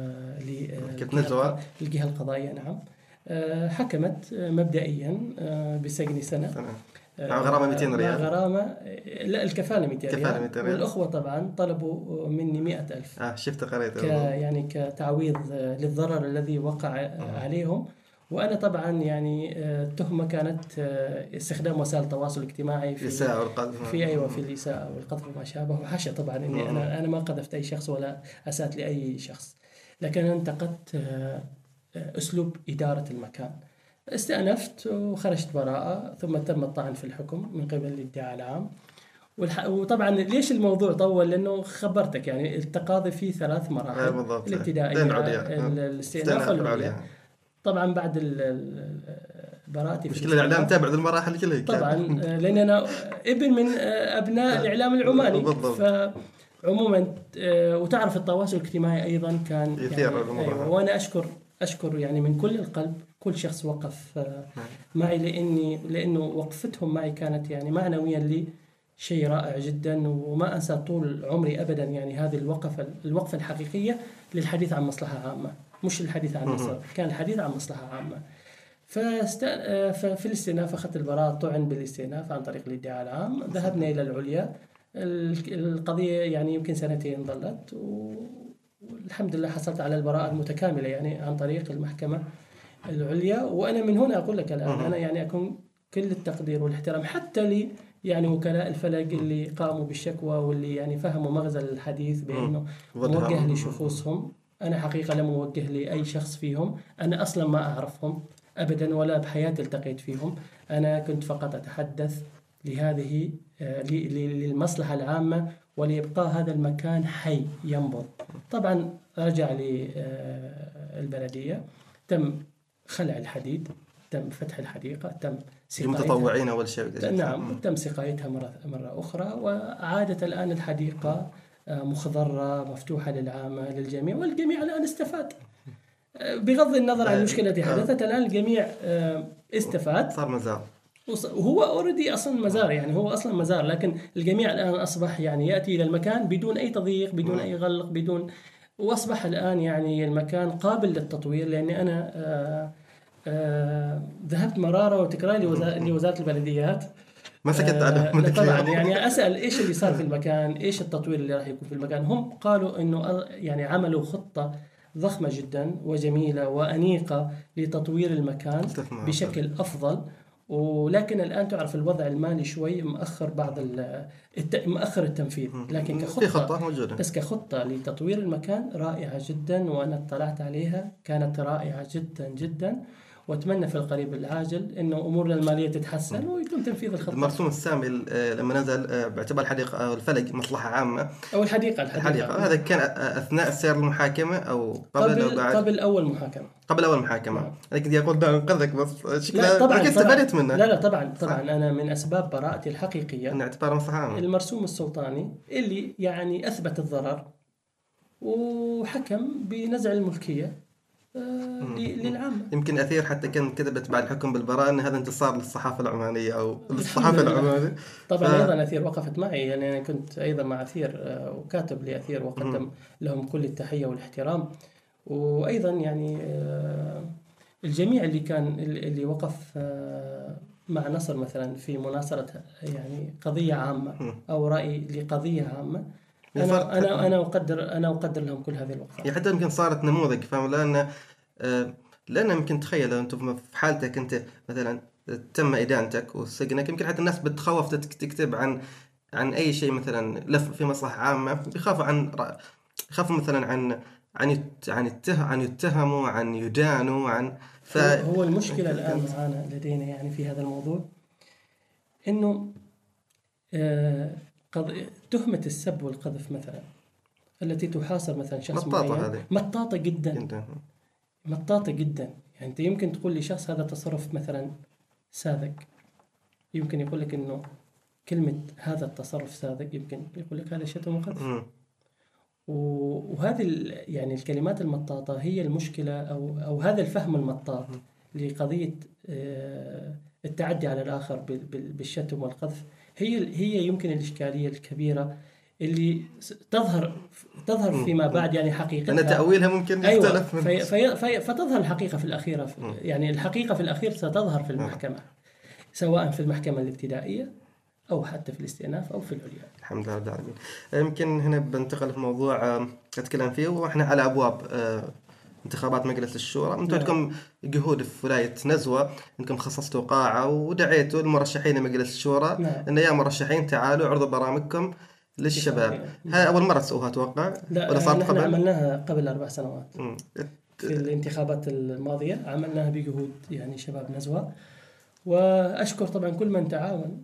للجهة القضائية، نعم، حكمت مبدئيا بسجن سنة مع غرامة مئتين ريال. غرامة لا الكفالة مئتين ريال. والأخوة طبعا طلبوا مني مئة ألف. آه شفت قريت. ك يعني كتعويض للضرر الذي وقع آه. عليهم. وأنا طبعا يعني التهمة كانت استخدام وسائل التواصل الاجتماعي في الإساءة والقذف. في أيوة في الإساءة والقذف وما شابه. وحاشا طبعا إني أنا أنا ما قذفت أي شخص ولا أسأت لأي شخص، لكن أنا انتقدت أسلوب إدارة المكان. استأنفت وخرجت براءة، ثم تم الطعن في الحكم من قبل الادعاء العام. وطبعا ليش الموضوع طول؟ لأنه خبرتك يعني التقاضي فيه ثلاث مراحل، الابتدائية، الاستئناف والعليا. طبعا بعد براءتي مشكلة الإعلام تابع للمراحل كلها طبعا، لأن أنا ابن من أبناء الإعلام العماني. فعموما وتعرف التواصل الاجتماعي أيضا كان يعني أيوة. وأنا أشكر أشكر يعني من كل القلب كل شخص وقف معي، لأني لأنه وقفتهم معي كانت يعني معنويا لي شيء رائع جدا، وما أنسى طول عمري أبدا يعني هذه الوقفة الوقفة الحقيقية للحديث عن مصلحة عامة، مش الحديث عن مصلحة، كان الحديث عن مصلحة عامة. فست... ففي الاستئناف أخذت البراءة، طعن بالاستئناف عن طريق الادعاء العام. ذهبنا إلى العليا، القضية يعني يمكن سنتين ظلت، والحمد لله حصلت على البراءة المتكاملة يعني عن طريق المحكمة العليا. وأنا من هنا أقول لك الآن أنا يعني أكون كل التقدير والاحترام حتى لي يعني وكلاء الفلك اللي قاموا بالشكوى واللي يعني فهموا مغزى الحديث بأنه موجه لشخوصهم. أنا حقيقة لم أوجه لأي شخص فيهم، أنا أصلا ما أعرفهم أبدا ولا بحياتي التقيت فيهم. أنا كنت فقط أتحدث لهذه للمصلحة العامة وليبقى هذا المكان حي ينبض. طبعا رجع للبلدية، تم خلع الحديد، تم فتح الحديقة، تم سقايتها المتطوعين أول شيء. نعم، تم سقايتها مرة مرة أخرى، وعادت الآن الحديقة مخضرة مفتوحة للعامة للجميع، والجميع الآن استفاد بغض النظر عن المشكلة التي حدثت. الآن الجميع استفاد، صار مزار وهو اوريدي اصلا مزار، يعني هو اصلا مزار، لكن الجميع الان اصبح يعني ياتي الى المكان بدون اي تضييق، بدون اي غلق، بدون، واصبح الان يعني المكان قابل للتطوير. لاني انا آآ آآ ذهبت مرارا وتكرار لوزاره البلديات، ما سكت على طبعا يعني اسال ايش اللي صار في المكان، ايش التطوير اللي راح يكون في المكان. هم قالوا انه يعني عملوا خطه ضخمه جدا وجميله وانيقه لتطوير المكان بشكل افضل، ولكن الان تعرف الوضع المالي شوي مؤخر بعض الت... مؤخر التنفيذ، لكن كخطه خطة موجودة. بس كخطه لتطوير المكان رائعه جدا، وانا اطلعت عليها كانت رائعه جدا جدا، واتمنى في القريب العاجل انه امورنا الماليه تتحسن ويتم تنفيذ الخطه. المرسوم السامي لما نزل باعتبار الحديقه الفلق مصلحه عامه او الحديقه الحديقه, الحديقة. هذا كان اثناء سير المحاكمه او قبل قبل أو بعد؟ قبل اول محاكمه قبل اول محاكمه. انا كنت اقول ده انقذك بس شكلها طبعا استفدت منه. لا لا طبعا طبعا انا من اسباب براءتي الحقيقيه ان اعتباره مصلحه عامه المرسوم السلطاني اللي يعني اثبت الضرر وحكم بنزع الملكيه للعامة. يمكن أثير حتى كان كتبت بعد الحكم بالبراءة أن هذا انتصار للصحافة العمانية أو للصحافة العمانية. طبعا ف... أيضا أثير وقفت معي، يعني أنا كنت أيضا مع أثير وكاتب لأثير وقدم لهم كل التحية والاحترام. وأيضا يعني الجميع اللي كان اللي وقف مع نصر مثلا في مناصرة يعني قضية عامة أو رأي لقضية عامة، أنا أنا أنا أقدر أنا أقدر لهم كل هذه الوقفات. يعني حتى يمكن صارت نموذج، فاهم؟ لأن آه لأن يمكن تخيل لو أنت في حالتك أنت مثلا تم إدانتك وسجنك، يمكن حتى الناس بتخوف تكتب عن عن أي شيء مثلا لف في مصلحة عامة، بيخافوا عن يخافوا مثلا عن عن عن يتهم عن يتهموا عن يدانوا عن ف... هو المشكلة الآن معنا لدينا يعني في هذا الموضوع إنه آه قض... تهمة السب والقذف مثلا التي تحاصر مثلا شخص مطاطة معين هذه. مطاطة جدا جدا مطاطة جدا. يعني أنت يمكن تقول لشخص هذا تصرف مثلا ساذج، يمكن يقول لك إنه كلمة هذا التصرف ساذج، يمكن يقول لك هذا شتم وقذف. وهذه يعني الكلمات المطاطة هي المشكلة، أو أو هذا الفهم المطاط لقضية التعدي على الآخر بالشتم والقذف هي هي يمكن الإشكالية الكبيرة اللي تظهر تظهر فيما بعد يعني حقيقتها. أن تأويلها ممكن يختلف. أيوة في في في فتظهر الحقيقة في الأخيرة في يعني الحقيقة في الأخير ستظهر في المحكمة، سواء في المحكمة الابتدائية أو حتى في الاستئناف أو في العليا. الحمد لله رب العالمين. يمكن هنا بنتقل في موضوع أتكلم فيه، وإحنا على أبواب انتخابات مجلس الشورى. أنتم عندكم جهود في ولاية نزوة، أنكم خصصتوا قاعة ودعيتوا المرشحين لمجلس الشورى إن يا مرشحين تعالوا عرضوا برامجكم للشباب. هاي أول مرة تسووها أتوقع؟ لا ولا صارت قبل؟ عملناها قبل أربع سنوات. م. في الانتخابات الماضية عملناها بجهود يعني شباب نزوة، وأشكر طبعا كل من تعاون.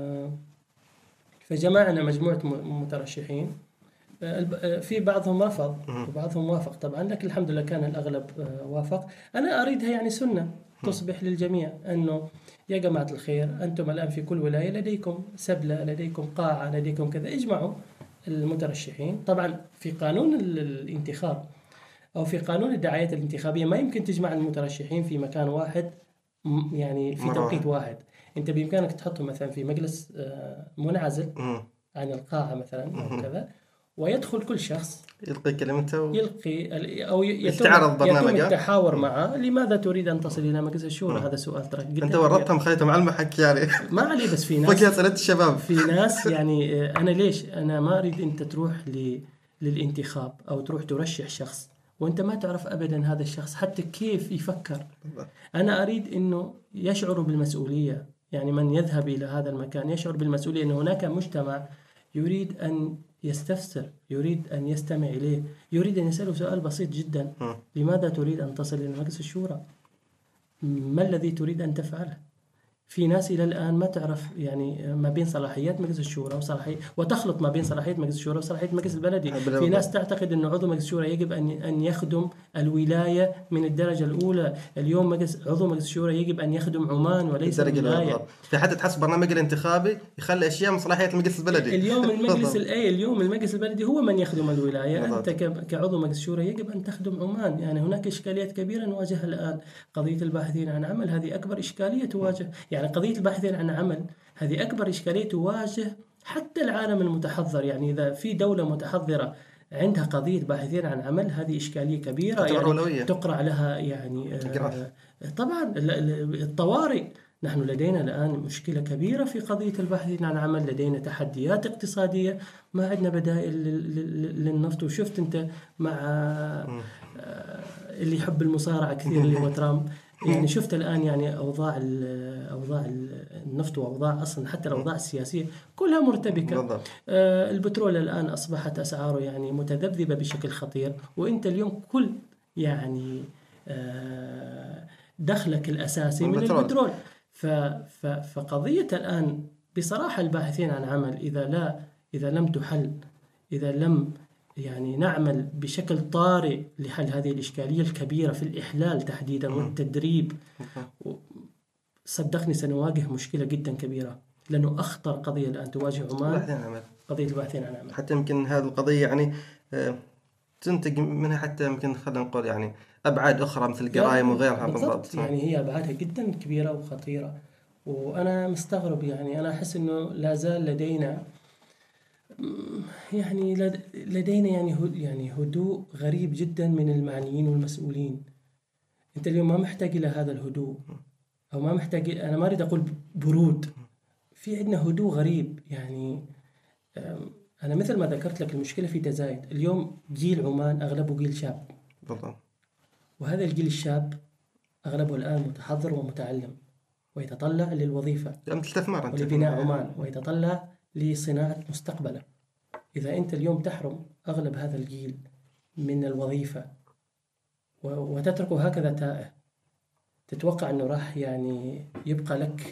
فجمعنا مجموعة مترشحين، في بعضهم رفض وبعضهم وافق طبعا، لكن الحمد لله كان الأغلب وافق. أنا أريدها يعني سنة تصبح للجميع، أنه يا جماعة الخير أنتم الآن في كل ولاية لديكم سبلة، لديكم قاعة، لديكم كذا، اجمعوا المترشحين. طبعا في قانون الانتخاب أو في قانون الدعايات الانتخابية ما يمكن تجمع المترشحين في مكان واحد يعني في توقيت واحد. أنت بإمكانك تحطهم مثلا في مجلس منعزل عن القاعة مثلا أو كذا، ويدخل كل شخص يلقي كلمته و... يلقي أو يتعرض برنامجه، يتم التحاور معه. لماذا تريد أن تصل إلى مجلس الشورى؟ هذا سؤال ترى أنت ورطتهم خليتهم على المحك يعني. ما علي، بس في ناس فكرة سألت الشباب في ناس يعني أنا ليش أنا ما أريد أنت تروح ل... للانتخاب أو تروح ترشح شخص وأنت ما تعرف أبدا هذا الشخص حتى كيف يفكر. أنا أريد إنه يشعر بالمسؤولية، يعني من يذهب إلى هذا المكان يشعر بالمسؤولية، أن هناك مجتمع يريد أن يستفسر، يريد أن يستمع إليه، يريد أن يسأله سؤال بسيط جدا: لماذا تريد أن تصل إلى مجلس الشورى؟ ما الذي تريد أن تفعله؟ في ناس إلى الآن ما تعرف يعني ما بين صلاحيات مجلس الشورى وصلاحية، وتخلط ما بين صلاحية مجلس الشورى وصلاحية مجلس البلدي. في ناس تعتقد أن عضو مجلس الشورى يجب أن أن يخدم الولاية من الدرجة الأولى. اليوم مجلس عضو مجلس الشورى يجب أن يخدم عمان وليس الولاية. في حتى تحس برنامج الانتخابي يخلي أشياء من صلاحية المجلس البلدي. اليوم المجلس الأي اليوم المجلس البلدي هو من يخدم الولاية. أنت كعضو مجلس الشورى يجب أن تخدم عمان. يعني هناك إشكاليات كبيرة نواجهها الآن. قضية الباحثين عن عمل هذه أكبر إشكالية تواجه. يعني قضية الباحثين عن عمل هذه أكبر إشكالية تواجه حتى العالم المتحضر. يعني إذا في دولة متحضرة عندها قضية باحثين عن عمل، هذه إشكالية كبيرة يعني تقرأ لها يعني آه طبعا الطوارئ. نحن لدينا الآن مشكلة كبيرة في قضية الباحثين عن عمل، لدينا تحديات اقتصادية، ما عندنا بدائل للنفط. وشفت أنت مع آه اللي يحب المصارعة كثير اللي هو ترامب، يعني شفت الآن يعني أوضاع أوضاع النفط وأوضاع أصلا حتى الأوضاع السياسية كلها مرتبكة. آه البترول الآن أصبحت أسعاره يعني متذبذبة بشكل خطير، وأنت اليوم كل يعني آه دخلك الأساسي من البترول. فقضية الآن بصراحة الباحثين عن عمل إذا لا إذا لم تحل، إذا لم يعني نعمل بشكل طارئ لحل هذه الإشكالية الكبيرة في الإحلال تحديدا والتدريب، صدقني سنواجه مشكلة جدا كبيرة، لأنه أخطر قضية الآن تواجه عمان قضية الباحثين عن عمل. حتى يمكن هذه القضية يعني تنتج منها حتى يمكن خلينا نقول يعني أبعاد أخرى مثل الجرائم وغيرها. بالضبط، يعني هي أبعادها جدا كبيرة وخطيرة. وأنا مستغرب، يعني أنا أحس إنه لا زال لدينا يعني لدينا يعني يعني هدوء غريب جدا من المعنيين والمسؤولين. أنت اليوم ما محتاج إلى هذا الهدوء، أو ما محتاج، أنا ما أريد أقول برود، في عندنا هدوء غريب. يعني أنا مثل ما ذكرت لك المشكلة في تزايد. اليوم جيل عمان أغلبه جيل شاب، بالضبط، وهذا الجيل الشاب أغلبه الآن متحضر ومتعلم ويتطلع للوظيفة ولبناء عمان ويتطلع لصناعة مستقبله. إذا أنت اليوم تحرم أغلب هذا الجيل من الوظيفة وتتركه هكذا تائه، تتوقع أنه راح يعني يبقى لك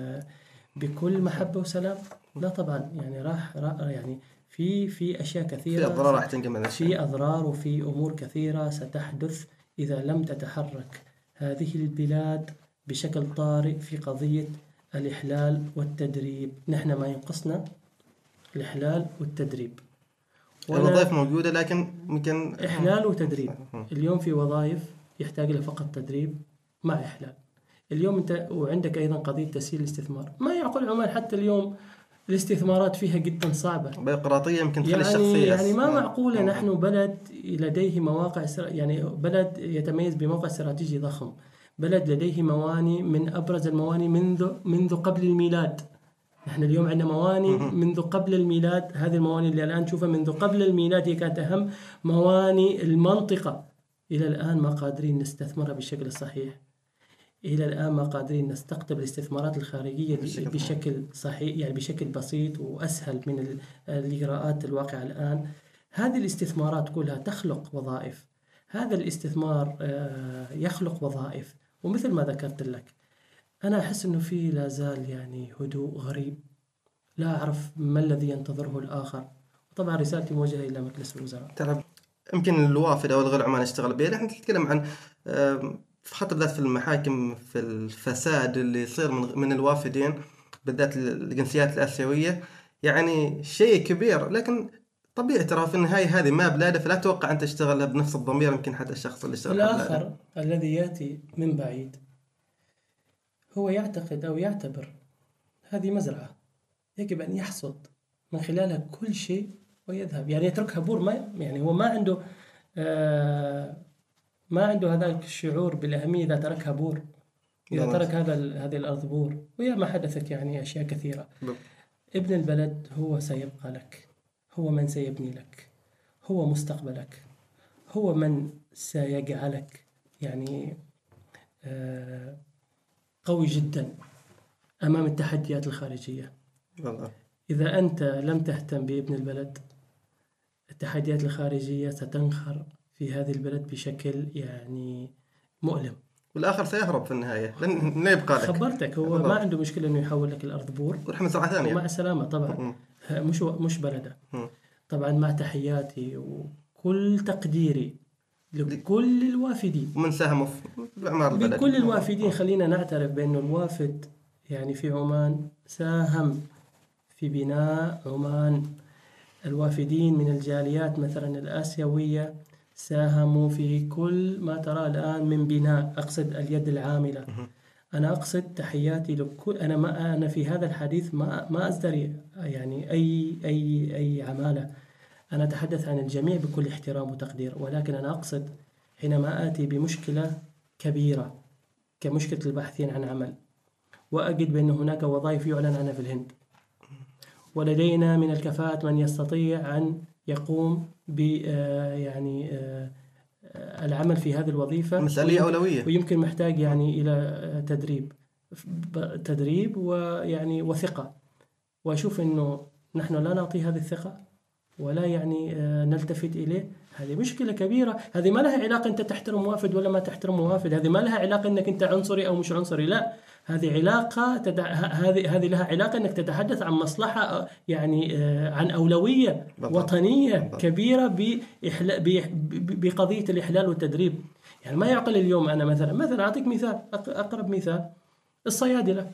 بكل محبة وسلام؟ لا طبعا، يعني راح يعني في في أشياء كثيرة، في أضرار راح تنجم، في أضرار وفي أمور كثيرة ستحدث إذا لم تتحرك هذه البلاد بشكل طارئ في قضية الإحلال والتدريب. نحن ما ينقصنا الإحلال والتدريب. الوظائف موجودة لكن ممكن إحلال وتدريب. اليوم في وظائف يحتاج لها فقط تدريب مع إحلال. اليوم أنت وعندك أيضا قضية تسهيل الاستثمار. ما يعقل عمان حتى اليوم الاستثمارات فيها جدا صعبة، بيروقراطية يمكن تخلي يعني الشخصية يعني ما معقولة. نحن بلد لديه مواقع، يعني بلد يتميز بموقع استراتيجي ضخم، بلد لديه مواني من أبرز المواني منذ منذ قبل الميلاد. نحن اليوم عندنا مواني منذ قبل الميلاد. هذه المواني اللي الآن نشوفها منذ قبل الميلاد هي كانت أهم مواني المنطقة. إلى الآن ما قادرين نستثمرها بالشكل الصحيح، إلى الآن ما قادرين نستقطب الاستثمارات الخارجية بشكل, بشكل صحيح، يعني بشكل بسيط وأسهل من الإجراءات الواقعة الآن. هذه الاستثمارات كلها تخلق وظائف، هذا الاستثمار يخلق وظائف. ومثل ما ذكرت لك أنا أحس أنه في لا زال يعني هدوء غريب، لا أعرف ما الذي ينتظره الآخر. وطبعا رسالتي موجهة إلى مجلس الوزراء. تعرف يمكن الوافد أو الغير عمان يشتغل بها. نحن نتكلم عن في خط بالذات في المحاكم في الفساد اللي يصير من, من الوافدين بالذات الجنسيات الآسيوية، يعني شيء كبير. لكن طبيعي ترى في النهاية هذه ما بلاده، فلا توقع أن تشتغلها بنفس الضمير يمكن حتى الشخص اللي اشتغل الآخر الذي يأتي من بعيد هو يعتقد أو يعتبر هذه مزرعة يجب أن يحصد من خلالها كل شيء ويذهب، يعني يتركها بور. ما يعني هو ما عنده آه ما عنده هذا الشعور بالأهمية إذا تركها بور، إذا ترك هذا هذه الأرض بور. ويا ما حدثت يعني أشياء كثيرة. ب... ابن البلد هو سيبقى لك، هو من سيبني لك، هو مستقبلك، هو من سيجعلك يعني آه قوي جدا أمام التحديات الخارجية. والله. إذا أنت لم تهتم بابن البلد التحديات الخارجية ستنخر في هذه البلد بشكل يعني مؤلم، والآخر سيهرب في النهاية لن يبقى لك. خبرتك هو ما عنده مشكلة إنه يحول لك الأرض بور ويروح مزرعة ثانية مع السلامة طبعا. مش مش بلده. طبعا مع تحياتي وكل تقديري لكل الوافدين ومن ساهموا في إعمار البلد، بكل الوافدين. خلينا نعترف بأنه الوافد يعني في عمان ساهم في بناء عمان. الوافدين من الجاليات مثلا الآسيوية ساهموا في كل ما ترى الآن من بناء، أقصد اليد العاملة. أنا أقصد تحياتي لكل، أنا ما أنا في هذا الحديث ما ما أزدري يعني أي أي أي عمالة، أنا أتحدث عن الجميع بكل احترام وتقدير، ولكن أنا أقصد حينما آتي بمشكلة كبيرة كمشكلة الباحثين عن عمل، وأجد بأن هناك وظائف يعلن عنها في الهند، ولدينا من الكفاءات من يستطيع أن يقوم ب يعني العمل في هذه الوظيفة، مسألة أولوية، ويمكن محتاج يعني إلى تدريب تدريب ويعني وثقة، وأشوف إنه نحن لا نعطي هذه الثقة ولا يعني نلتفت إليه. هذه مشكلة كبيرة، هذه ما لها علاقة أنت تحترم وافد ولا ما تحترم موافد، هذه ما لها علاقة أنك أنت عنصري أو مش عنصري، لا، هذه علاقة تدع... هذه هذه لها علاقة أنك تتحدث عن مصلحة يعني عن أولوية بالضبط. وطنية بالضبط. كبيرة بإحلا... ب... بقضية الإحلال والتدريب. يعني ما يعقل اليوم أنا مثلا مثلا أعطيك مثال، أقرب مثال الصيادلة.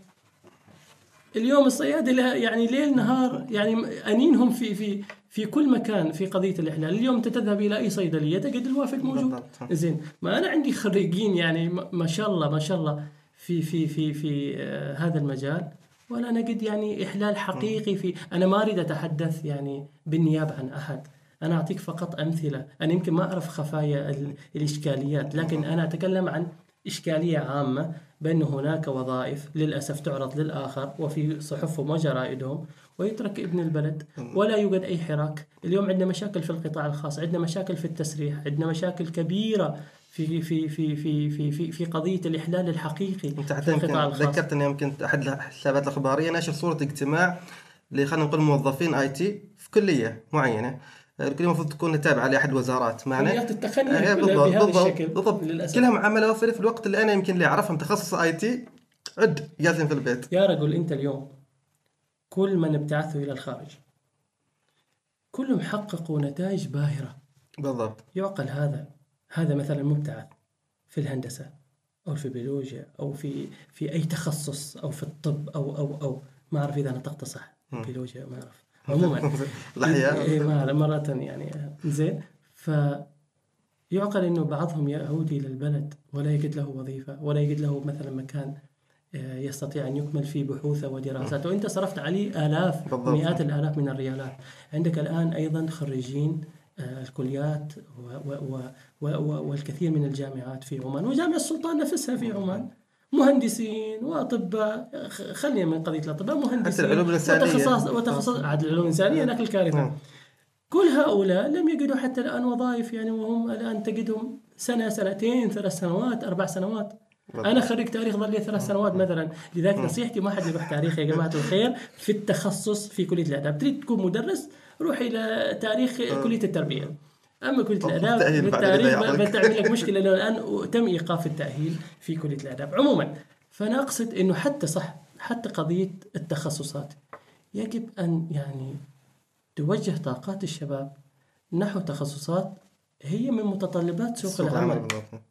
اليوم الصيادلة يعني ليل نهار يعني أنينهم في في في كل مكان في قضية الإحلال. اليوم تذهب إلى أي صيدلية تجد الوافد موجود. زين، ما أنا عندي خريجين يعني ما شاء الله ما شاء الله في في في في آه هذا المجال، ولا نجد يعني إحلال حقيقي. في أنا ما أريد أتحدث يعني بالنيابة عن أحد، أنا أعطيك فقط أمثلة. أنا يمكن ما أعرف خفايا الإشكاليات، لكن أنا أتكلم عن إشكالية عامة، بأن هناك وظائف للأسف تعرض للآخر وفي صحفهم وجرائدهم ويترك ابن البلد ولا يوجد أي حراك. اليوم عندنا مشاكل في القطاع الخاص، عندنا مشاكل في التسريح، عندنا مشاكل كبيرة في في في في في في, في قضية الإحلال الحقيقي في القطاع الخاص. ذكرتني يمكن أحد الحسابات الأخبارية نشر صورة اجتماع لخلينا نقول موظفين آي تي في كلية معينة، الكلية المفروض تكون تابعة لأحد وزارات معنا، كليات التقنية بهذا الشكل بالضبط. كلهم عملوا في الوقت اللي أنا يمكن اللي أعرفهم تخصص آي تي عد جالسين في البيت. يا رجل أنت اليوم كل من ابتعثوا إلى الخارج كلهم حققوا نتائج باهرة بالضبط. يعقل هذا هذا مثلا مبتعث في الهندسة أو في البيولوجيا أو في في أي تخصص أو في الطب أو أو أو ما أعرف إذا أنا نطقت صح بيولوجيا ما أعرف عموما إيه ما مرة يعني زين. فيعقل إنه بعضهم يعود إلى البلد ولا يجد له وظيفة ولا يجد له مثلا مكان يستطيع أن يكمل فيه بحوثه ودراساته، وأنت صرفت عليه آلاف مئات الآلاف من الريالات. عندك الآن أيضا خريجين الكليات والكثير من الجامعات في عمان وجامعة السلطان نفسها في عمان، مهندسين وأطباء، خلينا من قضية الأطباء، مهندسين وتخصص وتخصص عاد العلوم الإنسانية هناك الكارثة. كل هؤلاء لم يجدوا حتى الآن وظائف، يعني وهم الآن تجدهم سنة سنتين ثلاث سنوات أربع سنوات. أنا خريج تاريخ ظل لي ثلاث سنوات مثلا، لذلك نصيحتي ما حد يروح تاريخ يا جماعة الخير في التخصص في كلية الآداب. تريد تكون مدرس روح إلى تاريخ كلية التربية، أما كلية الآداب بالتاريخ بتعمل لك مشكلة، لأنه الآن تم إيقاف التأهيل في كلية الآداب عموما. فأنا أقصد إنه حتى صح حتى قضية التخصصات يجب أن يعني توجه طاقات الشباب نحو تخصصات هي من متطلبات سوق العمل،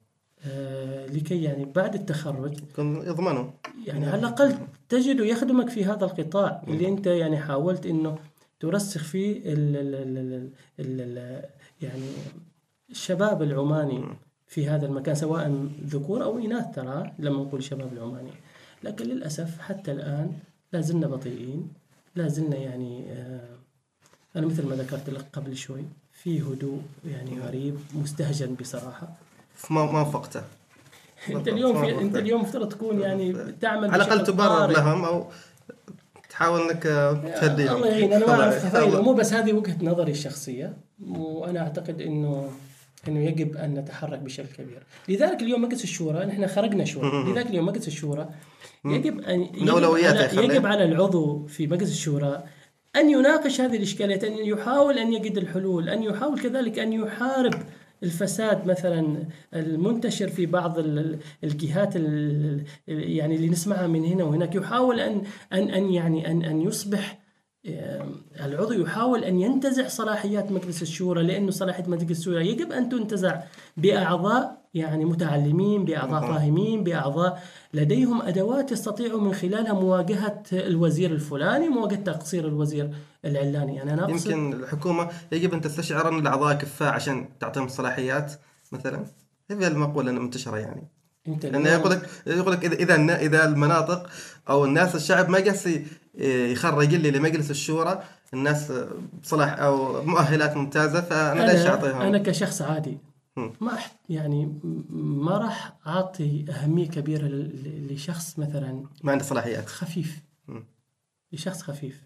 آه لكي يعني بعد التخرج يضمنوا يعني على الأقل تجده يخدمك في هذا القطاع اللي أنت يعني حاولت إنه ترسخ فيه ال ال ال ال ال يعني الشباب العماني في هذا المكان، سواء ذكور أو إناث. ترى لما نقول شباب العماني، لكن للأسف حتى الآن لا زلنا بطيئين، لا زلنا يعني آه أنا مثل ما ذكرت لك قبل شوي في هدوء يعني غريب مستهجن بصراحة. ما ما وافقته. أنت اليوم في أنت اليوم مفترض تكون يعني تعمل على الأقل تبرر لهم أو تحاول إنك تهديهم. الله يعين، أنا ما أعرف خفايا مو بس هذه وجهة نظري الشخصية، وأنا أعتقد إنه إنه يجب أن نتحرك بشكل كبير. لذلك اليوم مجلس الشورى نحن خرجنا شوي، لذلك اليوم مجلس الشورى يجب أن يجب على, يجب على العضو في مجلس الشورى أن يناقش هذه الإشكاليات، أن يحاول أن يجد الحلول، أن يحاول كذلك أن يحارب الفساد مثلا المنتشر في بعض الجهات يعني اللي نسمعها من هنا وهناك. يحاول أن أن أن يعني أن أن يصبح العضو يحاول أن ينتزع صلاحيات مجلس الشورى، لأنه صلاحية مجلس الشورى يجب أن تنتزع بأعضاء يعني متعلمين، بأعضاء فاهمين، بأعضاء لديهم أدوات يستطيعوا من خلالها مواجهة الوزير الفلاني، مواجهة تقصير الوزير العلاني. يعني أنا أقصد يمكن الحكومة يجب أن تستشعر أن الأعضاء كفاء عشان تعطيهم الصلاحيات مثلا، هذه المقولة المنتشرة يعني. انت لانه يقول لك يقول لك اذا اذا النا- اذا المناطق او الناس الشعب ما قاس ي- يخرج لي لمجلس الشورى الناس بصلاح او مؤهلات ممتازه، فانا ليش انا اعطيهم؟ انا كشخص عادي مم. ما أح يعني م- ما راح اعطي اهميه كبيره ل- ل- لشخص مثلا ما عنده صلاحيات. خفيف. مم. لشخص خفيف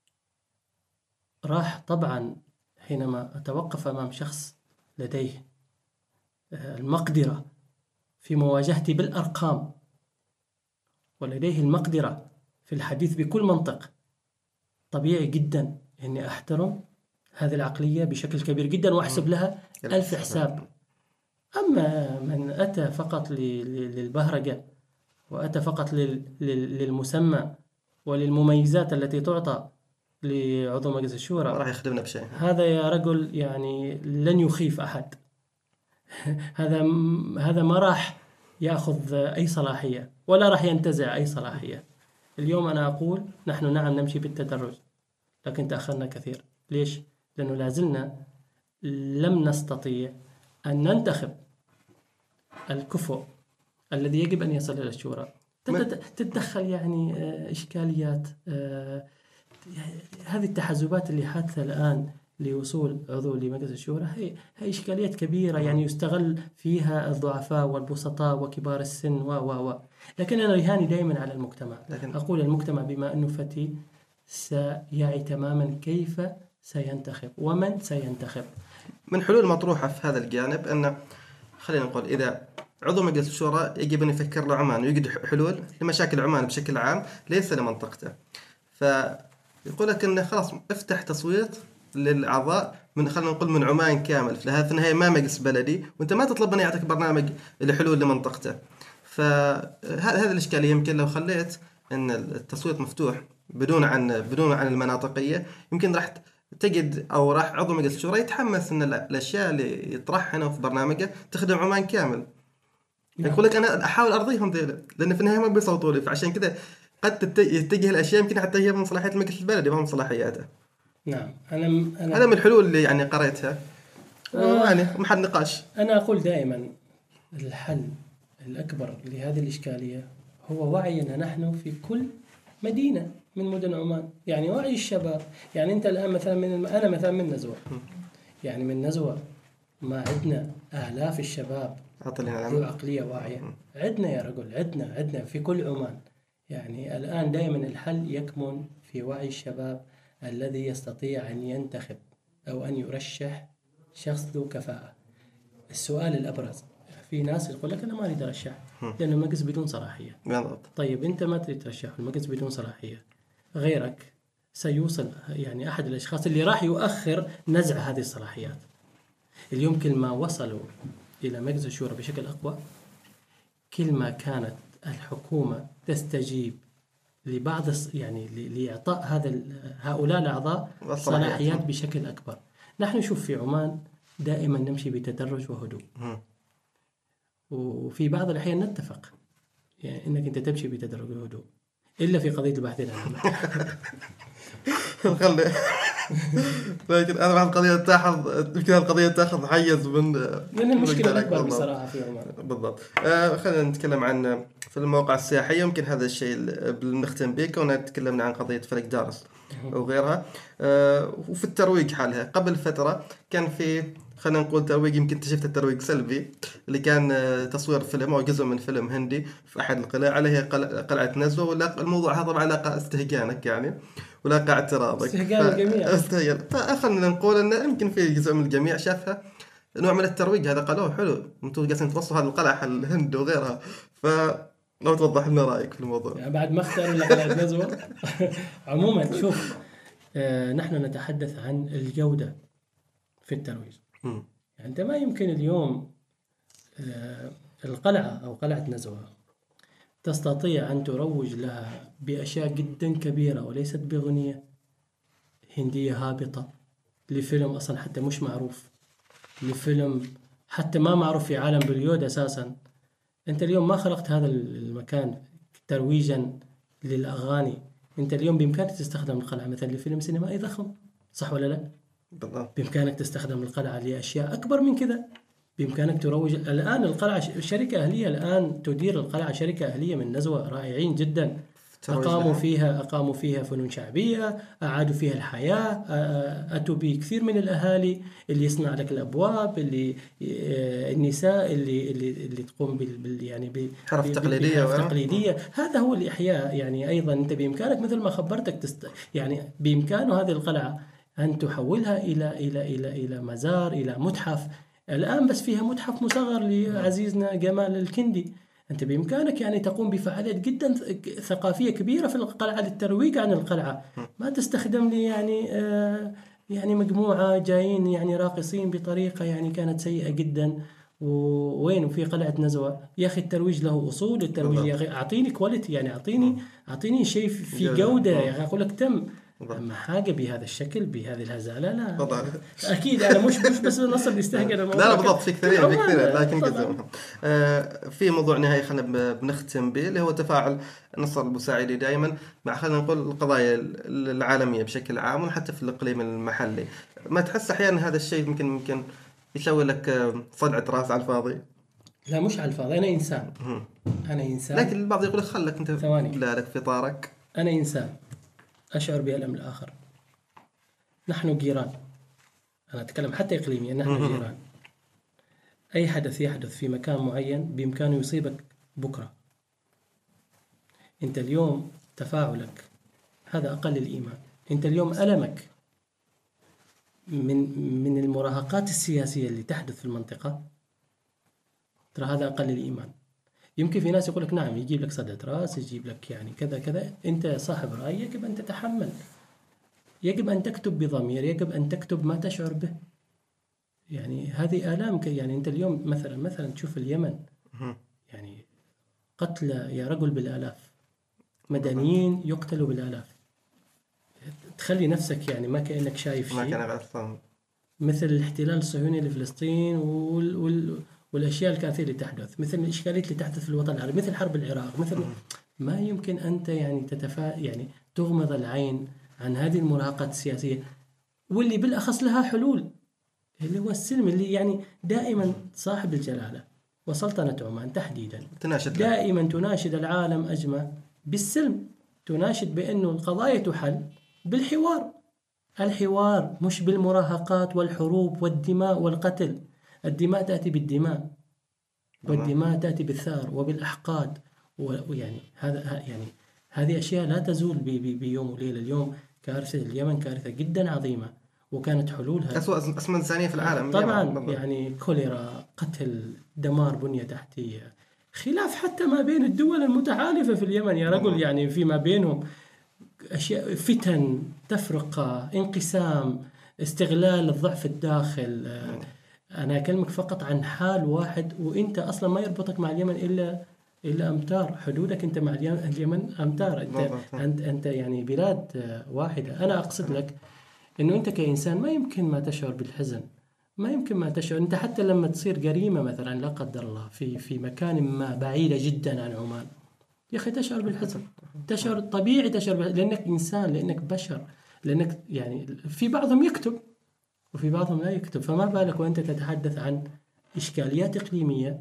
راح طبعا حينما اتوقف امام شخص لديه آه، المقدره في مواجهتي بالارقام، ولديه المقدره في الحديث بكل منطق، طبيعي جدا اني احترم هذه العقليه بشكل كبير جدا واحسب لها الف حساب. أما من أتى فقط ل- ل- للبهرجة، وأتى فقط لل- لل- للمسمى وللمميزات التي تعطى لعضو مجلس ما الشورى، راح يخدمنا بشيء. هذا يا رجل يعني لن يخيف أحد. هذا م- هذا ما راح يأخذ أي صلاحية ولا راح ينتزع أي صلاحية. اليوم أنا أقول نحن نعم نمشي بالتدرج، لكن تأخرنا كثير. ليش؟ لأنه لازلنا لم نستطيع أن ننتخب الكفؤ الذي يجب أن يصل إلى الشورى. تت- تتدخل يعني آه، إشكاليات، آه، يعني هذه التحزبات اللي حادثة الآن لوصول عضو لمجلس الشورى هي هي إشكاليات كبيرة، يعني يستغل فيها الضعفاء والبسطاء وكبار السن و و و لكن أنا رهاني دائما على المجتمع. لكن- أقول المجتمع بما أنه فتي سيعي تماما كيف سينتخب ومن سينتخب. من حلول مطروحه في هذا الجانب ان خلينا نقول اذا عضو مجلس الشورى يجب ان يفكر له عمان ويجد حلول لمشاكل عمان بشكل عام ليس لمنطقته، فيقول لك انه خلاص افتح تصويت للاعضاء من خلينا نقول من عمان كامل، في النهايه ما مجلس بلدي وانت ما تطلب منه يعطيك برنامج لحلول لمنطقته. فهذه الاشكاليه يمكن لو خليت ان التصويت مفتوح بدون عن بدون عن المناطقيه يمكن راح تجد او راح عضو مجلس الشورى يتحمس ان الاشياء اللي يطرحها هنا في برنامجه تخدم عمان كامل. يقول لك انا احاول ارضيهم ذيلا لان في النهايه ما بيصوتوا لي، فعشان كذا قد تت- يتجه الاشياء يمكن حتى هي من صلاحيات المجلس البلدي ما من صلاحياته. نعم. أنا أنا هذا من الحلول اللي يعني قريتها يعني محل نقاش. أنا أقول دائما الحل الأكبر لهذه الإشكالية هو وعينا نحن في كل مدينة من مدن عمان، يعني وعي الشباب. يعني أنت الآن مثلا من الم... أنا مثلا من نزوة، يعني من نزوة ما عندنا آلاف الشباب عطلنا ذو العمل. عقلية واعية، عندنا يا رجل، عندنا عندنا في كل عمان. يعني الآن دائما الحل يكمن في وعي الشباب الذي يستطيع أن ينتخب أو أن يرشح شخص ذو كفاءة. السؤال الأبرز، في ناس يقول لك أنا ما أريد أرشح لأن المجلس بدون صلاحية. بالضبط. طيب أنت ما تريد ترشح المجلس بدون صلاحية، غيرك سيوصل يعني أحد الأشخاص اللي راح يؤخر نزع هذه الصلاحيات. اليوم كل ما وصلوا إلى مجلس الشورى بشكل أقوى، كل ما كانت الحكومة تستجيب لبعض الص- يعني ل- لإعطاء هذا ال- هؤلاء الأعضاء والصلاحيات. صلاحيات بشكل أكبر. نحن نشوف في عمان دائما نمشي بتدرج وهدوء، مم. وفي بعض الأحيان نتفق يعني إنك أنت تمشي بتدرج وهدوء، إلا في قضية البحث العام. خلي لكن انا بعد القضيه تاخذ يمكن القضيه تاخذ حيز من لأن المشكلة الأكبر بالضبط. بصراحة في عمان. بالضبط. آه خلينا نتكلم عن في المواقع السياحيه، يمكن هذا الشيء اللي بنختم به كنا تكلمنا عن قضيه فلك دارس وغيرها. آه وفي الترويج حالها قبل فتره كان في خلينا نقول ترويج، يمكن انت شفت الترويج سلبي اللي كان آه، تصوير فيلم او جزء من فيلم هندي في احد القلاع اللي هي قلعه قلعة نزوه، ولا الموضوع هذا طبعا لاقى استهجانك يعني ولاقى اعتراضك. استهجان الجميع. استهجان. فخلنا نقول انه يمكن في جزء من الجميع شافها نوع من الترويج، هذا قالوه حلو انتم قاعدين توصلوا هذه القلعه الهند وغيرها، فلو توضح لنا رايك في الموضوع. يعني بعد ما اختاروا لك قلعة نزوة. عموما شوف، آه نحن نتحدث عن الجودة في الترويج. مم. يعني أنت ما يمكن اليوم آه القلعة أو قلعة نزوة تستطيع أن تروج لها بأشياء جدا كبيرة وليست بأغنية هندية هابطة، لفيلم أصلا حتى مش معروف، لفيلم حتى ما معروف في عالم بوليود أساسا. أنت اليوم ما خلقت هذا المكان ترويجا للأغاني. أنت اليوم بإمكانك تستخدم القلعة مثلا لفيلم سينمائي ضخم، صح ولا لا؟ بالضبط. بإمكانك تستخدم القلعة لأشياء أكبر من كذا. بإمكانك تروج. الآن القلعة شركة أهلية الآن تدير القلعة، شركة أهلية من نزوة رائعين جدا، أقاموا فيها أقاموا فيها فنون شعبية، أعادوا فيها الحياة، أتوا بكثير من الأهالي اللي يصنع لك الأبواب، اللي النساء اللي اللي اللي تقوم بال يعني بحرف تقليدية تقليدية. هذا هو الإحياء. يعني أيضا أنت بإمكانك مثل ما خبرتك تست يعني بإمكانه هذه القلعة أن تحولها إلى إلى إلى إلى مزار، إلى متحف. الآن بس فيها متحف مصغر لعزيزنا جمال الكندي. أنت بإمكانك يعني تقوم بفعاليات جدا ثقافية كبيرة في القلعة للترويج عن القلعة، ما تستخدم لي يعني آه يعني مجموعة جايين يعني راقصين بطريقة يعني كانت سيئة جدا. ووين وفي قلعة نزوة يا أخي الترويج له أصول، الترويج يا أخي أعطيني كواليتي، يعني أعطيني أعطيني شيء في جودة يا أخي. أقول لك تم، أما حاجة بهذا الشكل بهذه الهزالة لا طبعا. أكيد أنا مش مش بس نصر بيستهجن الموضوع. لا لا بالضبط، في كثير في كثير لكن جزء آه في موضوع نهائي خلينا بنختم به اللي هو تفاعل نصر البوساعيدي دائما مع خلينا نقول القضايا العالمية بشكل عام وحتى في الإقليم المحلي. ما تحس أحيانا هذا الشيء ممكن ممكن يسوي لك صدعة راس على الفاضي؟ لا مش على الفاضي، أنا إنسان أنا إنسان لكن البعض يقول لك خلك أنت لا لك في طارك. أنا إنسان أشعر بألم الآخر. نحن جيران، أنا أتكلم حتى إقليميا، نحن جيران. أي حدث يحدث في مكان معين بإمكانه يصيبك بكرة. أنت اليوم تفاعلك هذا أقل الإيمان. أنت اليوم ألمك من من المراهقات السياسية اللي تحدث في المنطقة، ترى هذا أقل الإيمان. يمكن في ناس يقول لك نعم يجيب لك صدعة راس، يجيب لك يعني كذا كذا. أنت صاحب رأي، يجب أن تتحمل، يجب أن تكتب بضمير، يجب أن تكتب ما تشعر به. يعني هذه آلام. يعني أنت اليوم مثلا مثلا تشوف اليمن، يعني قتل يا رجل بالآلاف، مدنيين يقتلوا بالآلاف. تخلي نفسك يعني ما كأنك شايف شيء. ما كان أصلا مثل الاحتلال الصهيوني لفلسطين وال وال والأشياء الكثيرة اللي تحدث، مثل الإشكاليات اللي تحدث في الوطن العربي، مثل حرب العراق، مثل ما يمكن أنت يعني تتفا يعني تغمض العين عن هذه المراهقات السياسية واللي بالأخص لها حلول، اللي هو السلم، اللي يعني دائما صاحب الجلالة وسلطنة عمان تحديدا تناشد دائما تناشد العالم أجمع بالسلم، تناشد بأنه القضايا تحل بالحوار. الحوار مش بالمراهقات والحروب والدماء والقتل. الدماء تأتي بالدماء والدماء تأتي بالثار وبالأحقاد، ويعني هذا يعني هذه أشياء لا تزول بي بي بيوم وليلة. اليوم كارثة اليمن كارثة جدا عظيمة، وكانت حلولها أسوأ أزمة إنسانية في العالم طبعا. يعني كوليرا، قتل، دمار بنية تحتية، خلاف حتى ما بين الدول المتحالفة في اليمن يا رجل. يعني فيما بينهم أشياء، فتن، تفرقة، انقسام، استغلال الضعف الداخل. أنا أكلمك فقط عن حال واحد، وإنت أصلا ما يربطك مع اليمن إلا إلا أمتار. حدودك أنت مع اليمن أمتار. أنت أنت أنت يعني بلاد واحدة. أنا أقصد لك إنه أنت كإنسان ما يمكن ما تشعر بالحزن، ما يمكن ما تشعر. أنت حتى لما تصير جريمة مثلا لا قدر الله في في مكان ما بعيدة جدا عن عمان، يا أخي تشعر بالحزن، تشعر طبيعي، تشعر لأنك إنسان، لأنك بشر، لأنك يعني في بعضهم يكتب وفي بعضهم لا يكتب. فما بالك وأنت تتحدث عن إشكاليات إقليمية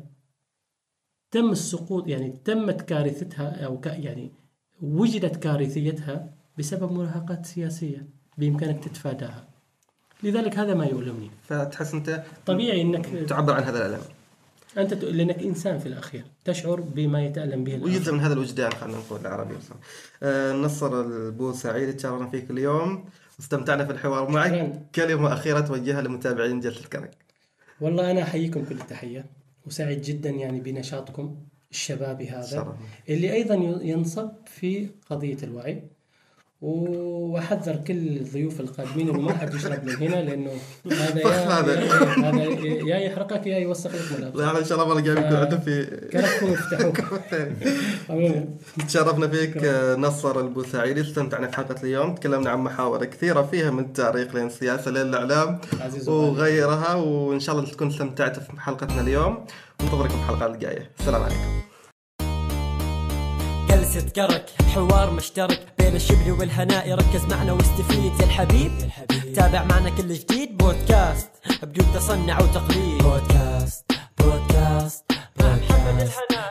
تم السقوط، يعني تمت كارثتها أو يعني وجدت كارثيتها بسبب مراهقات سياسية بإمكانك تتفاداها. لذلك هذا ما يؤلمني. فتحس أنت طبيعي أنك تعبر عن هذا الألم. أنت ت... لأنك إنسان في الأخير تشعر بما يتألم به الآخر. وجزء من هذا الوجدان خلينا نقول العربي. آه نصر البوساعيدي، تشرفنا فيك اليوم واستمتعنا في الحوار معك. كلمة أخيرة توجهها لمتابعين جلسة الكرك. والله أنا أحييكم كل التحية، وسعيد جدا يعني بنشاطكم الشبابي هذا شرف. اللي أيضا ينصب في قضية الوعي. وأحذر كل ضيوف القادمين إنه ما حد يشرب من هنا، لأنه هذا يا هذا يا يحرقك يا يوسخ لك ملابسك. لا إن شاء الله والله جايبكم عندهم في كركم يفتحوك. تشرفنا فيك نصر البوساعيدي، استمتعنا في حلقة اليوم، تكلمنا عن محاور كثيرة فيها من التاريخ لين السياسة لين الإعلام وغيرها، وإن شاء الله تكون استمتعت في حلقتنا اليوم. ننتظركم في الحلقة الجاية. السلام عليكم. جلسة كرك، حوار مشترك بين الشبل والهناء، ركز معنا واستفيد يا الحبيب. تابع معنا كل جديد بودكاست بدون تصنع وتقليد. بودكاست بودكاست مع محمد الحناء.